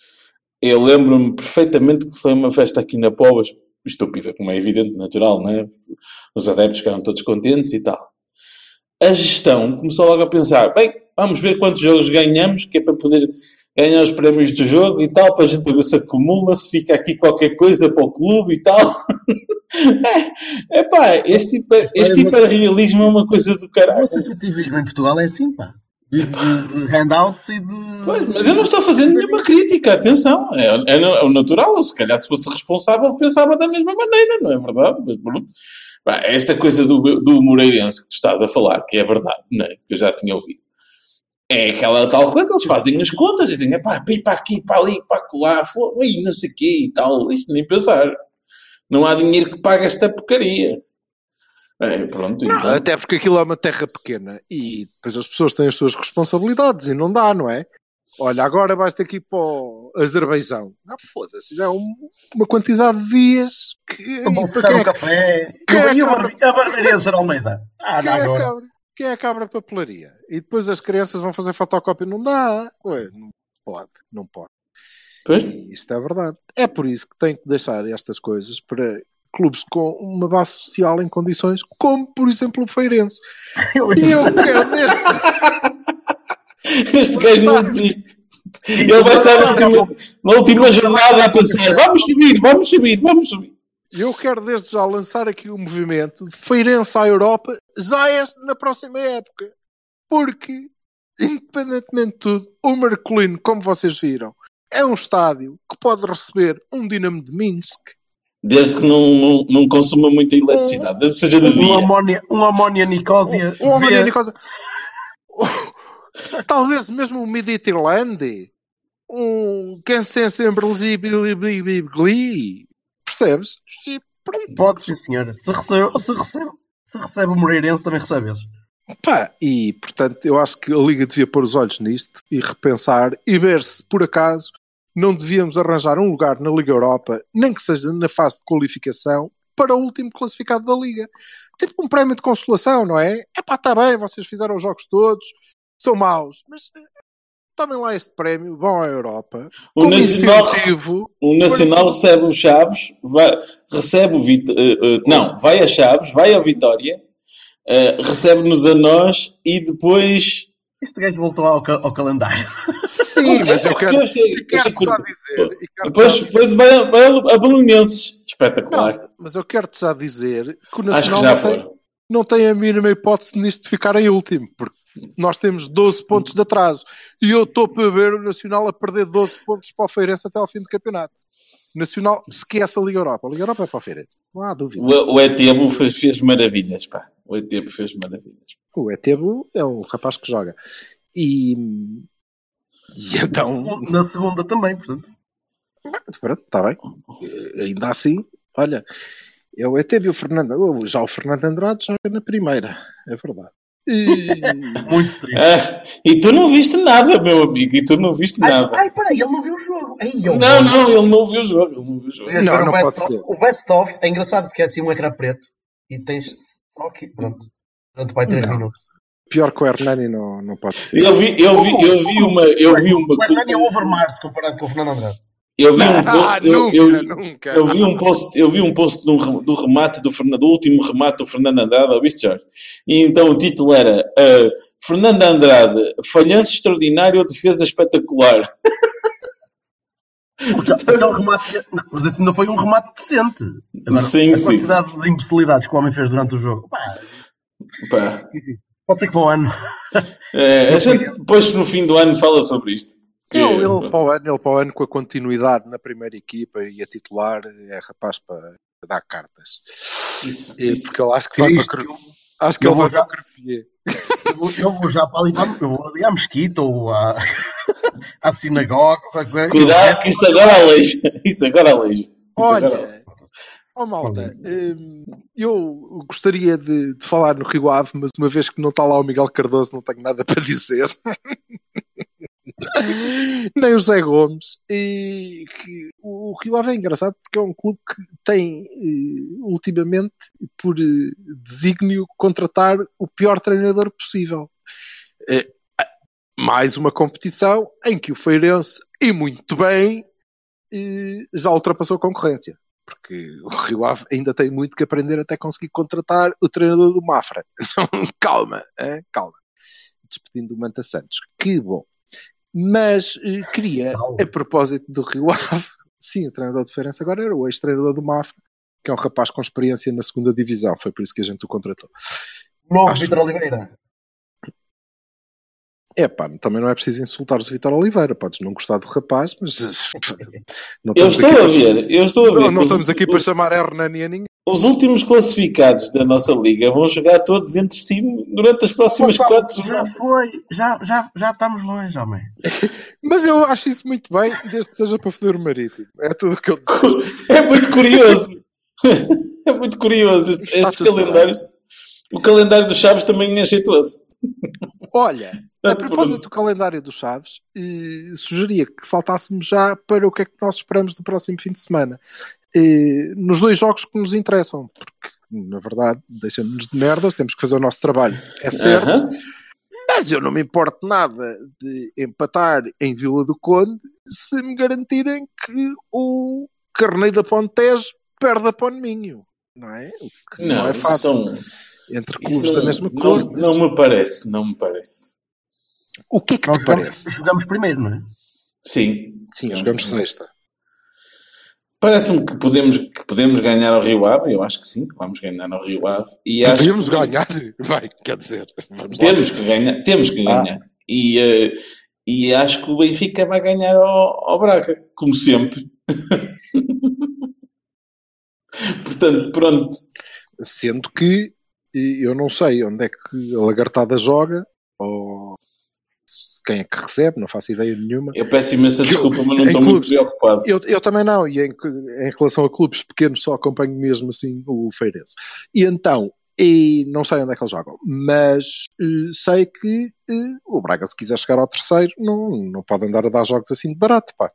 Speaker 8: eu lembro-me perfeitamente que foi uma festa aqui na Povas, estúpida, como é evidente, natural, não é? Os adeptos ficaram todos contentes e tal. A gestão começou logo a pensar, bem, vamos ver quantos jogos ganhamos, que é para poder ganha os prémios do jogo e tal, para a gente ver se acumula, se fica aqui qualquer coisa para o clube e tal. é, epá, este, hiper, este hiperrealismo é uma coisa do caralho.
Speaker 9: O associativismo em Portugal é assim, pá. De, de, de handouts e de...
Speaker 8: Pois, mas eu não estou fazendo nenhuma crítica, atenção. É, é, é o natural, se calhar se fosse responsável pensava da mesma maneira, não é verdade? Mas, pronto. Esta coisa do, do Moreirense que tu estás a falar, que é verdade, não é? Que eu já tinha ouvido. É aquela tal coisa, eles fazem as contas, dizem, pá, para ir para aqui, para ali, para acolá, foi, não sei o quê e tal. Isto nem pensar. Não há dinheiro que pague esta porcaria. É, pronto,
Speaker 3: não,
Speaker 8: então.
Speaker 3: até porque aquilo é uma terra pequena e depois as pessoas têm as suas responsabilidades e não dá, não é? Olha, agora vais ter que ir para o Azerbaijão. Não, foda-se, já é um, uma quantidade de dias que...
Speaker 9: Vou fechar um café. E a Barbeirense de Almeida? Ah, não, agora.
Speaker 3: Quem é a cabra papelaria? E depois as crianças vão fazer fotocópia. Não dá. Ué, não pode, não pode.
Speaker 8: Pois?
Speaker 3: E isto é verdade. É por isso que tem que deixar estas coisas para clubes com uma base social em condições, como por exemplo o Feirense. E eu quero nestes...
Speaker 8: Este gajo não desiste. Ele vai estar na última, na última jornada a pensar, vamos subir, vamos subir, vamos subir.
Speaker 3: Eu quero desde já lançar aqui o movimento de Feirense à Europa já é na próxima época. Porque, independentemente de tudo, o Marcolino, como vocês viram, é um estádio que pode receber um Dinamo de Minsk.
Speaker 8: Desde que não, não, não consuma muita eletricidade. Desde que seja de dia.
Speaker 9: Um amónia, um amónia Nicósia.
Speaker 3: Um, um amónia Nicósia. Talvez mesmo um Midtjylland. Um Kensensenbrelibli. Percebes? E pronto.
Speaker 9: Pode sim, senhora. Se recebe, se recebe, se recebe o Moreirense, também recebe esse.
Speaker 3: Pá, e portanto eu acho que a Liga devia pôr os olhos nisto e repensar e ver se por acaso não devíamos arranjar um lugar na Liga Europa, nem que seja na fase de qualificação, para o último classificado da Liga. Tipo um prémio de consolação, não é? É pá, está bem, vocês fizeram os jogos todos, são maus, mas tomem lá este prémio, vão à Europa.
Speaker 8: O Nacional, o Nacional recebe o Chaves, vai, recebe o Vit, uh, uh, não, vai a Chaves, vai a Vitória, uh, recebe-nos a nós e depois...
Speaker 9: Este gajo voltou ao, ca- ao calendário.
Speaker 3: Sim, mas eu quero, eu achei, eu quero achei já dizer...
Speaker 8: Quero depois, já depois vai, vai a Belenenses. Espetacular.
Speaker 3: Não, mas eu quero-te já dizer que o Nacional que não, tem, não tem a mínima hipótese nisto de ficar em último, porque nós temos doze pontos de atraso. E eu estou para ver o Nacional a perder doze pontos para o Feirense até ao fim do campeonato. O Nacional esquece a Liga Europa. A Liga Europa é para o Feirense. Não há dúvida.
Speaker 8: O, o Etebo fez, fez maravilhas, pá. O Etebo fez maravilhas.
Speaker 3: O Etebo é um rapaz que joga. E, e então...
Speaker 9: Na segunda também, portanto.
Speaker 3: Pronto, está bem. Ainda assim, olha, é o Etebo e o Fernando. Já o Fernando Andrade joga na primeira. É verdade. E...
Speaker 9: Muito triste.
Speaker 8: Ah, e tu não viste nada, meu amigo. E tu não viste
Speaker 9: ai,
Speaker 8: nada.
Speaker 9: Ai, peraí, ele não viu o jogo. Ai,
Speaker 8: não, não, não, ele não viu o jogo. Ele não viu o jogo.
Speaker 3: Não, não, não pode ser.
Speaker 9: O best-of é engraçado porque é assim um ecrã preto e tens só aqui, pronto. Durante vai três minutos.
Speaker 3: Pior que o Hernani não, não pode ser.
Speaker 8: Eu vi, eu vi, eu vi uma... Eu vi uma...
Speaker 9: O Hernani é o Overmars comparado com o Fernando Andrade.
Speaker 8: Eu vi um post,
Speaker 3: ah,
Speaker 8: eu,
Speaker 3: nunca,
Speaker 8: eu,
Speaker 3: nunca.
Speaker 8: eu vi um post, eu vi um post do, do remate do Fernando, do último remate do Fernando Andrade, ouviste, Jorge? E então o título era uh, Fernando Andrade, falhanço extraordinário, defesa espetacular.
Speaker 9: Aquele remate, não, mas esse ainda foi um remate decente. Agora,
Speaker 8: sim,
Speaker 9: a quantidade
Speaker 8: sim.
Speaker 9: de imbecilidades que o homem fez durante o jogo. Pá,
Speaker 8: Pá.
Speaker 9: Pode ser que para o ano.
Speaker 8: É, a gente depois no fim do ano fala sobre isto.
Speaker 3: Que, ele, ele, para o ano, ele para o ano com a continuidade na primeira equipa e a titular é rapaz para, para dar cartas.
Speaker 8: Isso,
Speaker 3: e,
Speaker 8: isso.
Speaker 3: Porque ele acho que vai
Speaker 9: Isto,
Speaker 3: para cru... acho que ele vai já... para Crepier.
Speaker 9: Eu vou, eu vou já para ali, eu vou ali à mesquita ou à, à sinagoga. Qualquer...
Speaker 8: Cuidado que isto agora aleija. Isso agora aleija.
Speaker 3: Olha,
Speaker 8: agora...
Speaker 3: oh malta, hum, eu gostaria de, de falar no Rio Ave, mas uma vez que não está lá o Miguel Cardoso não tenho nada para dizer. Nem o Zé Gomes. E que o Rio Ave é engraçado porque é um clube que tem ultimamente por desígnio contratar o pior treinador possível. Mais uma competição em que o Feirense, e muito bem, já ultrapassou a concorrência. Porque o Rio Ave ainda tem muito que aprender até conseguir contratar o treinador do Mafra. Então, calma, hein? calma. Despedindo o Manta Santos. Que bom. Mas eh, queria, a propósito do Rio Ave, sim, o treinador de Feirense agora era o ex-treinador do Mafra, que é um rapaz com experiência na segunda divisão, foi por isso que a gente o contratou.
Speaker 9: Novo
Speaker 3: Acho-
Speaker 9: Vitor Oliveira.
Speaker 3: É pá, também não é preciso insultar o Vitor Oliveira, podes não gostar do rapaz, mas não
Speaker 8: Eu
Speaker 3: estamos
Speaker 8: estou
Speaker 3: aqui
Speaker 8: a
Speaker 3: para-
Speaker 8: ver, eu estou a ver.
Speaker 3: Não, não
Speaker 8: Os-
Speaker 3: estamos aqui
Speaker 8: os-
Speaker 3: para chamar Hernani a ninguém.
Speaker 8: Os últimos classificados da nossa liga vão jogar todos entre si durante as próximas
Speaker 9: Opa,
Speaker 8: quatro
Speaker 9: já
Speaker 8: jornadas.
Speaker 9: foi, já, já, já estamos longe, homem.
Speaker 3: Mas eu acho isso muito bem, desde que seja para foder o Marítimo. É tudo o que eu desejo.
Speaker 8: É muito curioso. É muito curioso. Estes,
Speaker 3: Está
Speaker 8: estes
Speaker 3: tudo
Speaker 8: calendários. O calendário dos Chaves também ajeitou-se.
Speaker 3: Olha, a
Speaker 8: Portanto,
Speaker 3: propósito do calendário dos Chaves, eh, sugeria que saltássemos já para o que é que nós esperamos do próximo fim de semana. Eh, nos dois jogos que nos interessam, porque, na verdade, deixamos-nos de merdas, temos que fazer o nosso trabalho. É certo,
Speaker 8: Aham.
Speaker 3: mas eu não me importo nada de empatar em Vila do Conde se me garantirem que o Carneiro da Pontejo perde a Poneminho, não é? O que não,
Speaker 8: Não,
Speaker 3: é
Speaker 8: isso
Speaker 3: fácil.
Speaker 8: não-
Speaker 3: Entre
Speaker 8: isso
Speaker 3: clubes
Speaker 8: não-
Speaker 3: da mesma
Speaker 8: não-
Speaker 3: cor. mas
Speaker 8: Não me parece, não me parece.
Speaker 3: O que é que
Speaker 9: Nós
Speaker 3: te
Speaker 9: jogamos,
Speaker 3: parece?
Speaker 9: jogamos primeiro, não é?
Speaker 8: Sim.
Speaker 3: Sim, jogamos sexta.
Speaker 8: Parece-me que podemos, que podemos ganhar ao Rio Ave. Eu acho que sim, que vamos ganhar ao Rio Ave. E acho
Speaker 3: Podemos
Speaker 8: que
Speaker 3: ganhar? Vai, quer dizer, vamos lá.
Speaker 8: Temos que ganhar. Temos que
Speaker 3: Ah.
Speaker 8: ganhar. E, eh, e acho que o Benfica vai ganhar ao, ao Braga, como sempre. Portanto, pronto.
Speaker 3: Sendo que eh, eu não sei onde é que a Lagartada joga ou se- quem é que recebe, não faço ideia nenhuma.
Speaker 8: Eu peço imensa
Speaker 3: Eu-
Speaker 8: desculpa, mas não
Speaker 3: em
Speaker 8: estou muito
Speaker 3: clubes-
Speaker 8: preocupado.
Speaker 3: Eu, eu também não, e em, em relação a clubes pequenos só acompanho mesmo assim o Feirense. E então, e não sei onde é que eles jogam, mas eh, sei que eh, o Braga, se quiser chegar ao terceiro, não, não pode andar a dar jogos assim de barato, pá.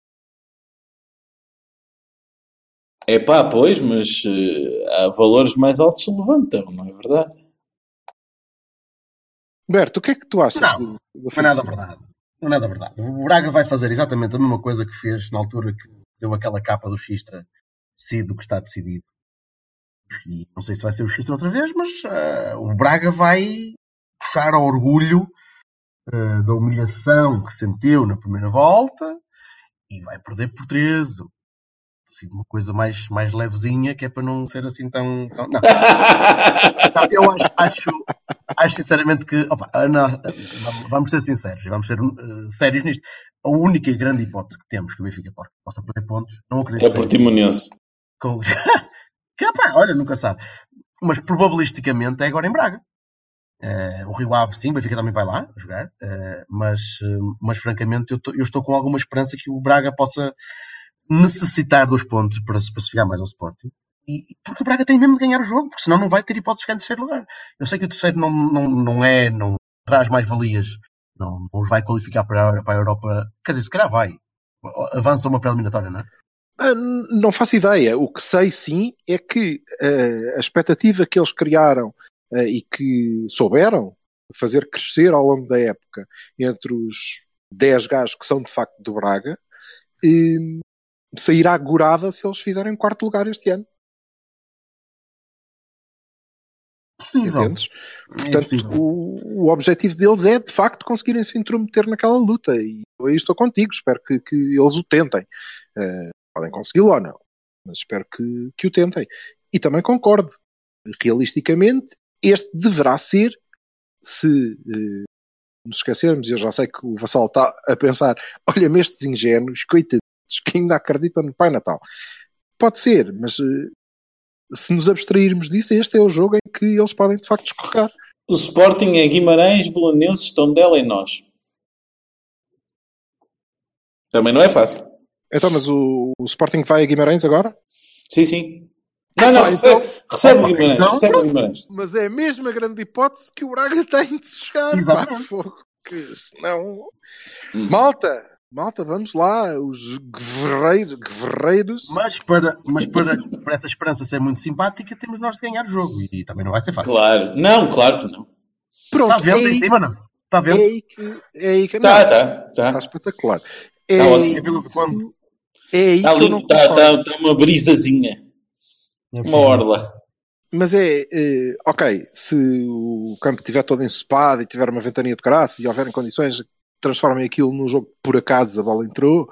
Speaker 8: É pá, pois, mas eh, há valores mais altos se levantam, não é verdade?
Speaker 3: Berto, o que é que tu achas
Speaker 9: Não,
Speaker 3: do, do
Speaker 9: Não
Speaker 3: fim
Speaker 9: é
Speaker 3: de
Speaker 9: nada
Speaker 3: semana?
Speaker 9: verdade. Não é nada verdade. O Braga vai fazer exatamente a mesma coisa que fez na altura que deu aquela capa do Xistra, decidido o que está decidido. E não sei se vai ser o Xistra outra vez, mas ah, o Braga vai puxar ao orgulho ah, da humilhação que sentiu na primeira volta e vai perder por treze. Assim, uma coisa mais, mais levezinha, que é para não ser assim tão... tão- Não. Não, eu acho, acho, acho sinceramente que... opa, a no- vamos ser sinceros, vamos ser uh, sérios nisto. A única grande hipótese que temos que o Benfica po- possa perder pontos, não acredito
Speaker 8: É
Speaker 9: que seja
Speaker 8: Portimonense.
Speaker 9: com... que, opá, olha, nunca sabe. Mas probabilisticamente é agora em Braga. Uh, o Rio Ave, sim, o Benfica também vai lá jogar, uh, mas, uh, mas francamente eu, tô- eu estou com alguma esperança que o Braga possa necessitar dos pontos para se, para se chegar mais ao Sporting. E, porque o Braga tem mesmo de ganhar o jogo, porque senão não vai ter hipótese de ficar em terceiro lugar. Eu sei que o terceiro não, não, não é, não traz mais valias, não, não os vai qualificar para a, para a Europa. Quer dizer, se calhar vai. Avança uma pré-eliminatória, não é?
Speaker 3: Ah, n- Não faço ideia. O que sei sim é que ah, a expectativa que eles criaram ah, e que souberam fazer crescer ao longo da época entre os dez gajos que são de facto do Braga eh, sairá gorada se eles fizerem quarto lugar este ano.
Speaker 9: Possível.
Speaker 3: Entendes?
Speaker 9: É
Speaker 3: Portanto,
Speaker 9: possível.
Speaker 3: o, o objetivo deles é de facto conseguirem se intrometer naquela luta e eu aí estou contigo, espero que, que eles o tentem. Eh, podem consegui-lo ou não, mas espero que, que o tentem. E também concordo, realisticamente, este deverá ser, se eh, nos esquecermos, e eu já sei que o Vassal está a pensar, olha-me estes ingênuos, coitadinhos, que ainda acreditam no Pai Natal. Pode ser, mas eh, se nos abstrairmos disso, este é o jogo em que eles podem de facto escorregar.
Speaker 8: O Sporting é Guimarães, Belenenses, Tondela e nós. Também não é fácil.
Speaker 3: Então, mas o, o Sporting vai a Guimarães agora?
Speaker 8: Sim, sim. Não, não,
Speaker 3: Pá,
Speaker 8: recebe,
Speaker 3: então-
Speaker 8: recebe o
Speaker 9: Opa,
Speaker 8: Guimarães.
Speaker 9: então,
Speaker 8: recebe o
Speaker 9: pronto.
Speaker 8: Guimarães.
Speaker 3: Mas é a mesma grande hipótese que o Braga tem de se chegar. Pá,
Speaker 9: Exatamente.
Speaker 3: fogo, que senão...
Speaker 8: Hum.
Speaker 3: Malta, malta, vamos lá, os guerreiros, guerreiros.
Speaker 9: Mas, para, mas para, para essa esperança ser muito simpática, temos nós de ganhar o jogo. E também não vai ser fácil.
Speaker 8: Claro. Não, claro que não.
Speaker 3: Pronto,
Speaker 9: Está vendo
Speaker 3: é
Speaker 9: em
Speaker 3: aí,
Speaker 9: cima, não? Está
Speaker 3: é
Speaker 9: vendo?
Speaker 3: aí que... É aí que
Speaker 8: Tá,
Speaker 3: não,
Speaker 8: tá, tá.
Speaker 3: está espetacular. É,
Speaker 8: Tá
Speaker 3: aí-
Speaker 8: ótimo.
Speaker 9: É Vila do Conde.
Speaker 3: é aí
Speaker 8: Está
Speaker 3: que eu não
Speaker 8: ali, está
Speaker 3: concordo.
Speaker 8: tá, tá uma brisazinha. Uma orla.
Speaker 3: Mas é, é, ok, se o campo estiver todo ensopado e tiver uma ventania de graça e houverem condições, transformem aquilo num jogo que por acaso a bola entrou,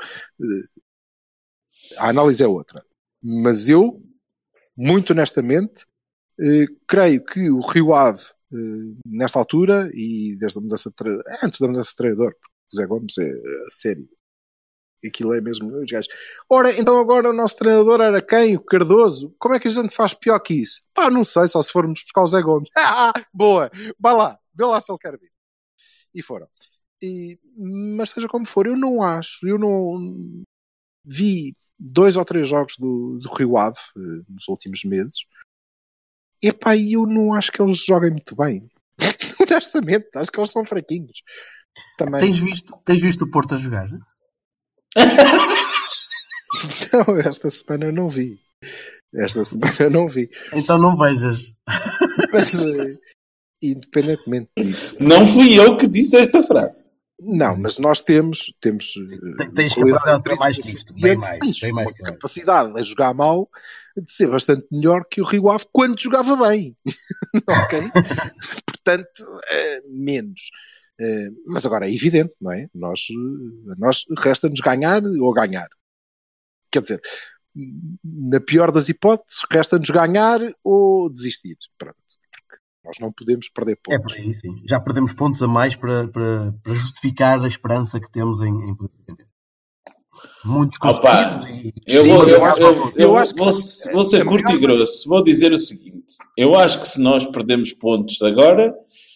Speaker 3: a análise é outra. Mas eu, muito honestamente, creio que o Rio Ave, nesta altura, e desde a mudança de treinador, antes da mudança de treinador, porque o Zé Gomes é a sério, aquilo é mesmo os gajos. Ora, então agora o nosso treinador era quem? O Cardoso? Como é que a gente faz pior que isso? Pá, não sei, só se formos buscar o Zé Gomes. Ah, boa, vá lá, vê lá se ele quer vir. E foram. E, mas seja como for, eu não acho, eu não vi dois ou três jogos do, do Rio Ave nos últimos meses. Epá, e eu não acho que eles joguem muito bem. Honestamente, acho que eles são fraquinhos. Também.
Speaker 9: Tens visto, tens visto o Porto a jogar?
Speaker 3: Não, esta semana eu não vi. Esta semana eu não vi.
Speaker 9: Então não vejas.
Speaker 3: Mas, independentemente disso.
Speaker 8: Não fui eu que disse esta frase.
Speaker 3: Não, mas nós temos... temos
Speaker 9: tens capacidade para mais que isto. Bem mais.
Speaker 3: Tens
Speaker 9: Bem mais
Speaker 3: uma capacidade a jogar mal de ser bastante melhor que o Rio Ave quando jogava bem. Ok? Portanto, uh, menos. Uh, mas agora é evidente, não é? Nós, uh, nós resta-nos ganhar ou ganhar. Quer dizer, na pior das hipóteses, resta-nos ganhar ou desistir. Pronto. Porque nós não podemos perder pontos.
Speaker 9: É por aí, sim. Já perdemos pontos a mais para, para, para justificar a esperança que temos em, em poder defender. Muitos consecutivos e...
Speaker 8: Eu,
Speaker 9: sim,
Speaker 8: vou, eu,
Speaker 9: eu acho,
Speaker 8: eu,
Speaker 9: eu,
Speaker 8: eu
Speaker 3: acho que
Speaker 8: vou, vou ser curto e grosso. Vou dizer o seguinte. Eu acho que se nós perdemos pontos agora,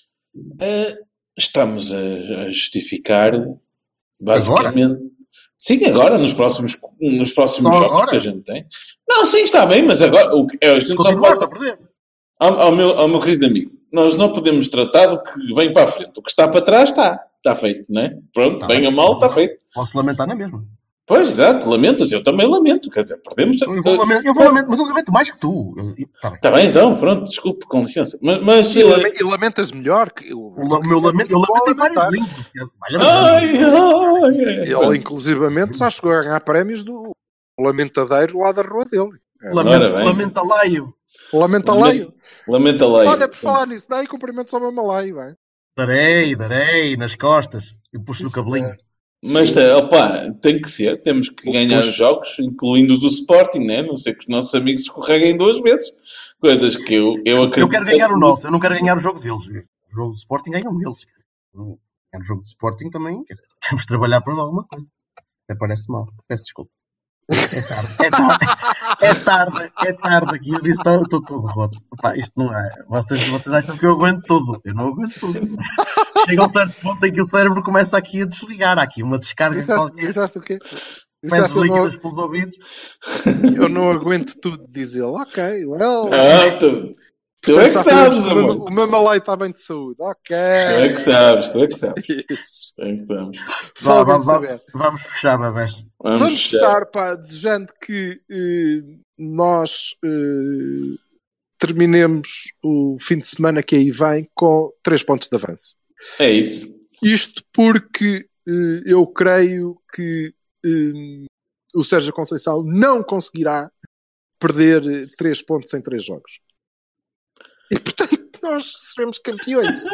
Speaker 8: uh, estamos a, a justificar basicamente... Agora? Sim, agora, nos próximos, nos próximos
Speaker 9: Não,
Speaker 8: jogos
Speaker 9: agora?
Speaker 8: que a gente tem. Não, sim, está bem, mas agora... O, é, a gente só pode...
Speaker 9: a perder.
Speaker 8: Ao, ao, meu, ao meu querido amigo, nós não podemos tratar do que vem para a frente. O que está para trás está. Está feito, não é? Pronto,
Speaker 9: Tá
Speaker 8: bem
Speaker 9: bem.
Speaker 8: ou mal, está feito.
Speaker 9: Posso lamentar na mesma.
Speaker 8: Pois, exato, lamentas. Eu também lamento. Quer dizer, perdemos...
Speaker 9: Eu vou, lamentar, eu vou lamentar, mas eu lamento mais que tu. Está bem.
Speaker 8: Está bem, então, pronto, desculpe, com licença. Mas, mas
Speaker 3: E, lame- e lamentas melhor que o,
Speaker 9: O, la- o meu lamento, eu lamento em vários links.
Speaker 8: ai, ai, ai,
Speaker 3: Ele, inclusivamente, já chegou a ganhar prémios do lamentadeiro lá da rua dele. É,
Speaker 8: Ora
Speaker 9: Lamento,
Speaker 8: bem.
Speaker 9: lamento laio.
Speaker 3: Lamenta-leio.
Speaker 8: Lamenta lei.
Speaker 3: Olha, por falar nisso, dá aí cumprimentos ao meu malaio, bem.
Speaker 9: Darei, darei, nas costas. E puxo no
Speaker 3: Isso
Speaker 9: cabelinho.
Speaker 8: Mas, tá, opa, tem que ser. Temos que ganhar os jogos, incluindo o do Sporting, né? Não sei que os nossos amigos escorreguem duas vezes. Coisas que eu, eu acredito.
Speaker 9: Eu quero ganhar o nosso, eu não quero ganhar o jogo deles. O jogo do Sporting ganham eles. Ganhar o jogo do Sporting também, quer dizer, temos de trabalhar para alguma coisa. Até parece mal. Peço desculpa. É tarde, é tarde, é tarde, é tarde aqui. Eu disse, estou todo roto. Pá, isto não é. Vocês, vocês acham que eu aguento tudo? Eu não aguento tudo. Chega a um certo ponto em que o cérebro começa aqui a desligar. Há aqui uma descarga.
Speaker 3: Disseste,
Speaker 9: qualquer.
Speaker 3: disseste o quê?
Speaker 9: Começa
Speaker 3: Disseste eu
Speaker 9: líquidos
Speaker 3: não,
Speaker 9: pelos ouvidos.
Speaker 3: eu não aguento tudo, diz ele. Ok, well.
Speaker 8: Ah, tu, tu
Speaker 3: Portanto,
Speaker 8: é que
Speaker 3: já
Speaker 8: sabes,
Speaker 3: sabemos que o meu-
Speaker 8: amor.
Speaker 3: o meu malaio está bem de saúde. Ok.
Speaker 8: Tu é que sabes, tu é que sabes.
Speaker 3: Isso.
Speaker 8: Tu é que sabes.
Speaker 9: Vá,
Speaker 3: Folga
Speaker 9: vá,
Speaker 3: de
Speaker 9: vá,
Speaker 3: saber.
Speaker 9: vamos fechar, bebés.
Speaker 8: Vamos,
Speaker 3: Vamos
Speaker 8: fechar.
Speaker 3: fechar, pá, desejando que eh, nós eh, terminemos o fim de semana que aí vem com três pontos de avanço.
Speaker 8: É isso.
Speaker 3: Isto porque eh, eu creio que eh, o Sérgio Conceição não conseguirá perder eh, três pontos em três jogos. E portanto nós seremos campeões.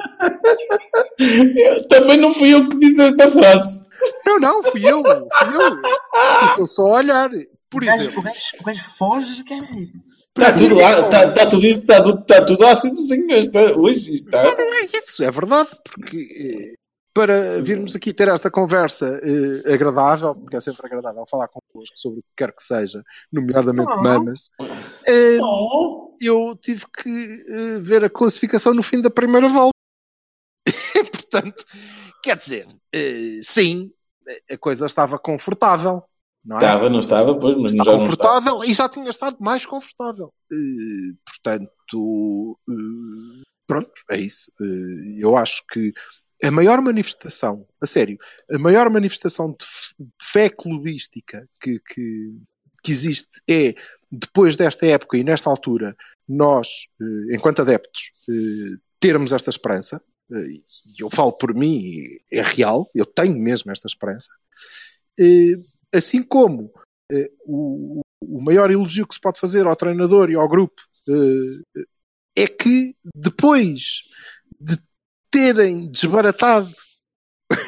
Speaker 8: Eu, também não fui eu que disse esta frase.
Speaker 3: Não, não, fui eu. Fui eu. Estou só a olhar. Por
Speaker 9: O gajo,
Speaker 3: exemplo.
Speaker 9: o gajo, o gajo foge, caralho.
Speaker 8: Está tudo lá, está tá tudo, tá tudo, tá tudo ácidozinho esta, hoje. Está.
Speaker 3: Não, não é isso, é verdade, porque eh, para virmos aqui ter esta conversa eh, agradável, porque é sempre agradável falar convosco sobre o que quer que seja, nomeadamente
Speaker 9: Oh.
Speaker 3: mamas, eh,
Speaker 8: Oh.
Speaker 3: eu tive que eh, ver a classificação no fim da primeira volta. Portanto, quer dizer, eh, sim, a coisa estava confortável. Não é?
Speaker 8: Estava, não estava, pois, mas
Speaker 3: Está
Speaker 8: já não está.
Speaker 3: confortável e já tinha estado mais confortável. Eh, portanto, eh, pronto, é isso. Eh, eu acho que a maior manifestação, a sério, a maior manifestação de, f- de fé clubística que, que, que existe é, depois desta época e nesta altura, nós, eh, enquanto adeptos, eh, termos esta esperança. Eh, e eu falo por mim, é real, eu tenho mesmo esta esperança. Eh, Assim como eh, o, o maior elogio que se pode fazer ao treinador e ao grupo eh, é que depois de terem desbaratado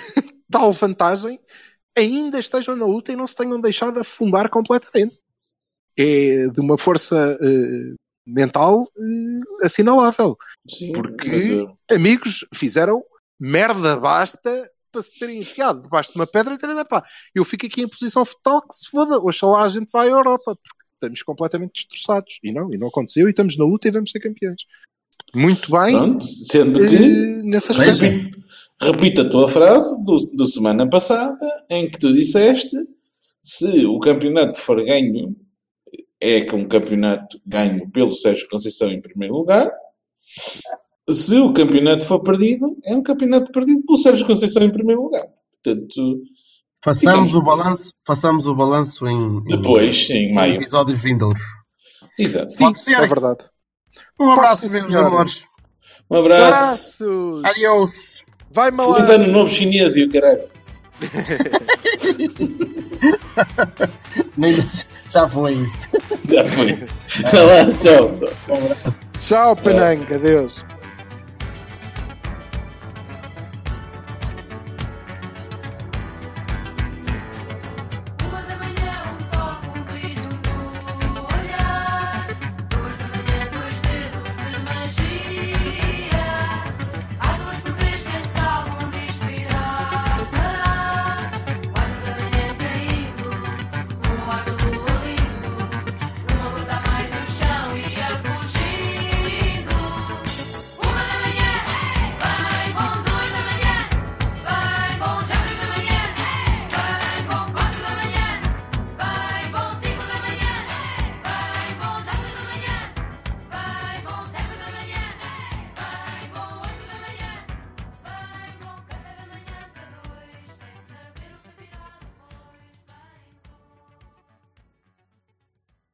Speaker 3: tal vantagem, ainda estejam na luta e não se tenham deixado afundar completamente. É de uma força uh, mental uh, assinalável.
Speaker 8: Sim,
Speaker 3: porque,
Speaker 8: mas,
Speaker 3: amigos, fizeram merda basta para se terem enfiado debaixo de uma pedra e terem dito, pá, eu fico aqui em posição fetal que se foda, oxalá a gente vai à Europa, porque estamos completamente destroçados. E não, e não aconteceu, e estamos na luta e vamos ser campeões. Muito bem.
Speaker 8: Pronto, sendo que,
Speaker 3: uh, nesse aspecto.
Speaker 8: repito, repito a tua frase do, do semana passada, em que tu disseste, se o campeonato for ganho, é que um campeonato ganho pelo Sérgio Conceição em primeiro lugar. Se o campeonato for perdido, é um campeonato perdido pelo Sérgio Conceição em primeiro lugar. Portanto,
Speaker 9: façamos o balanço, façamos o balanço em,
Speaker 8: depois, em, em maio.
Speaker 9: Episódios vindouros.
Speaker 8: Exato.
Speaker 3: Sim, é verdade.
Speaker 9: Um abraço,
Speaker 3: Pode ser,
Speaker 9: meus
Speaker 3: senhora.
Speaker 9: amores.
Speaker 8: Um abraço.
Speaker 3: Abraços.
Speaker 9: Adiós.
Speaker 3: Vai,
Speaker 8: Feliz
Speaker 3: malandro.
Speaker 8: ano novo chinês e o caralho.
Speaker 9: Nem- Já foi isso.
Speaker 8: Já foi. Vai lá, tchau. Tchau.
Speaker 3: Tchau, Penanga. Adeus.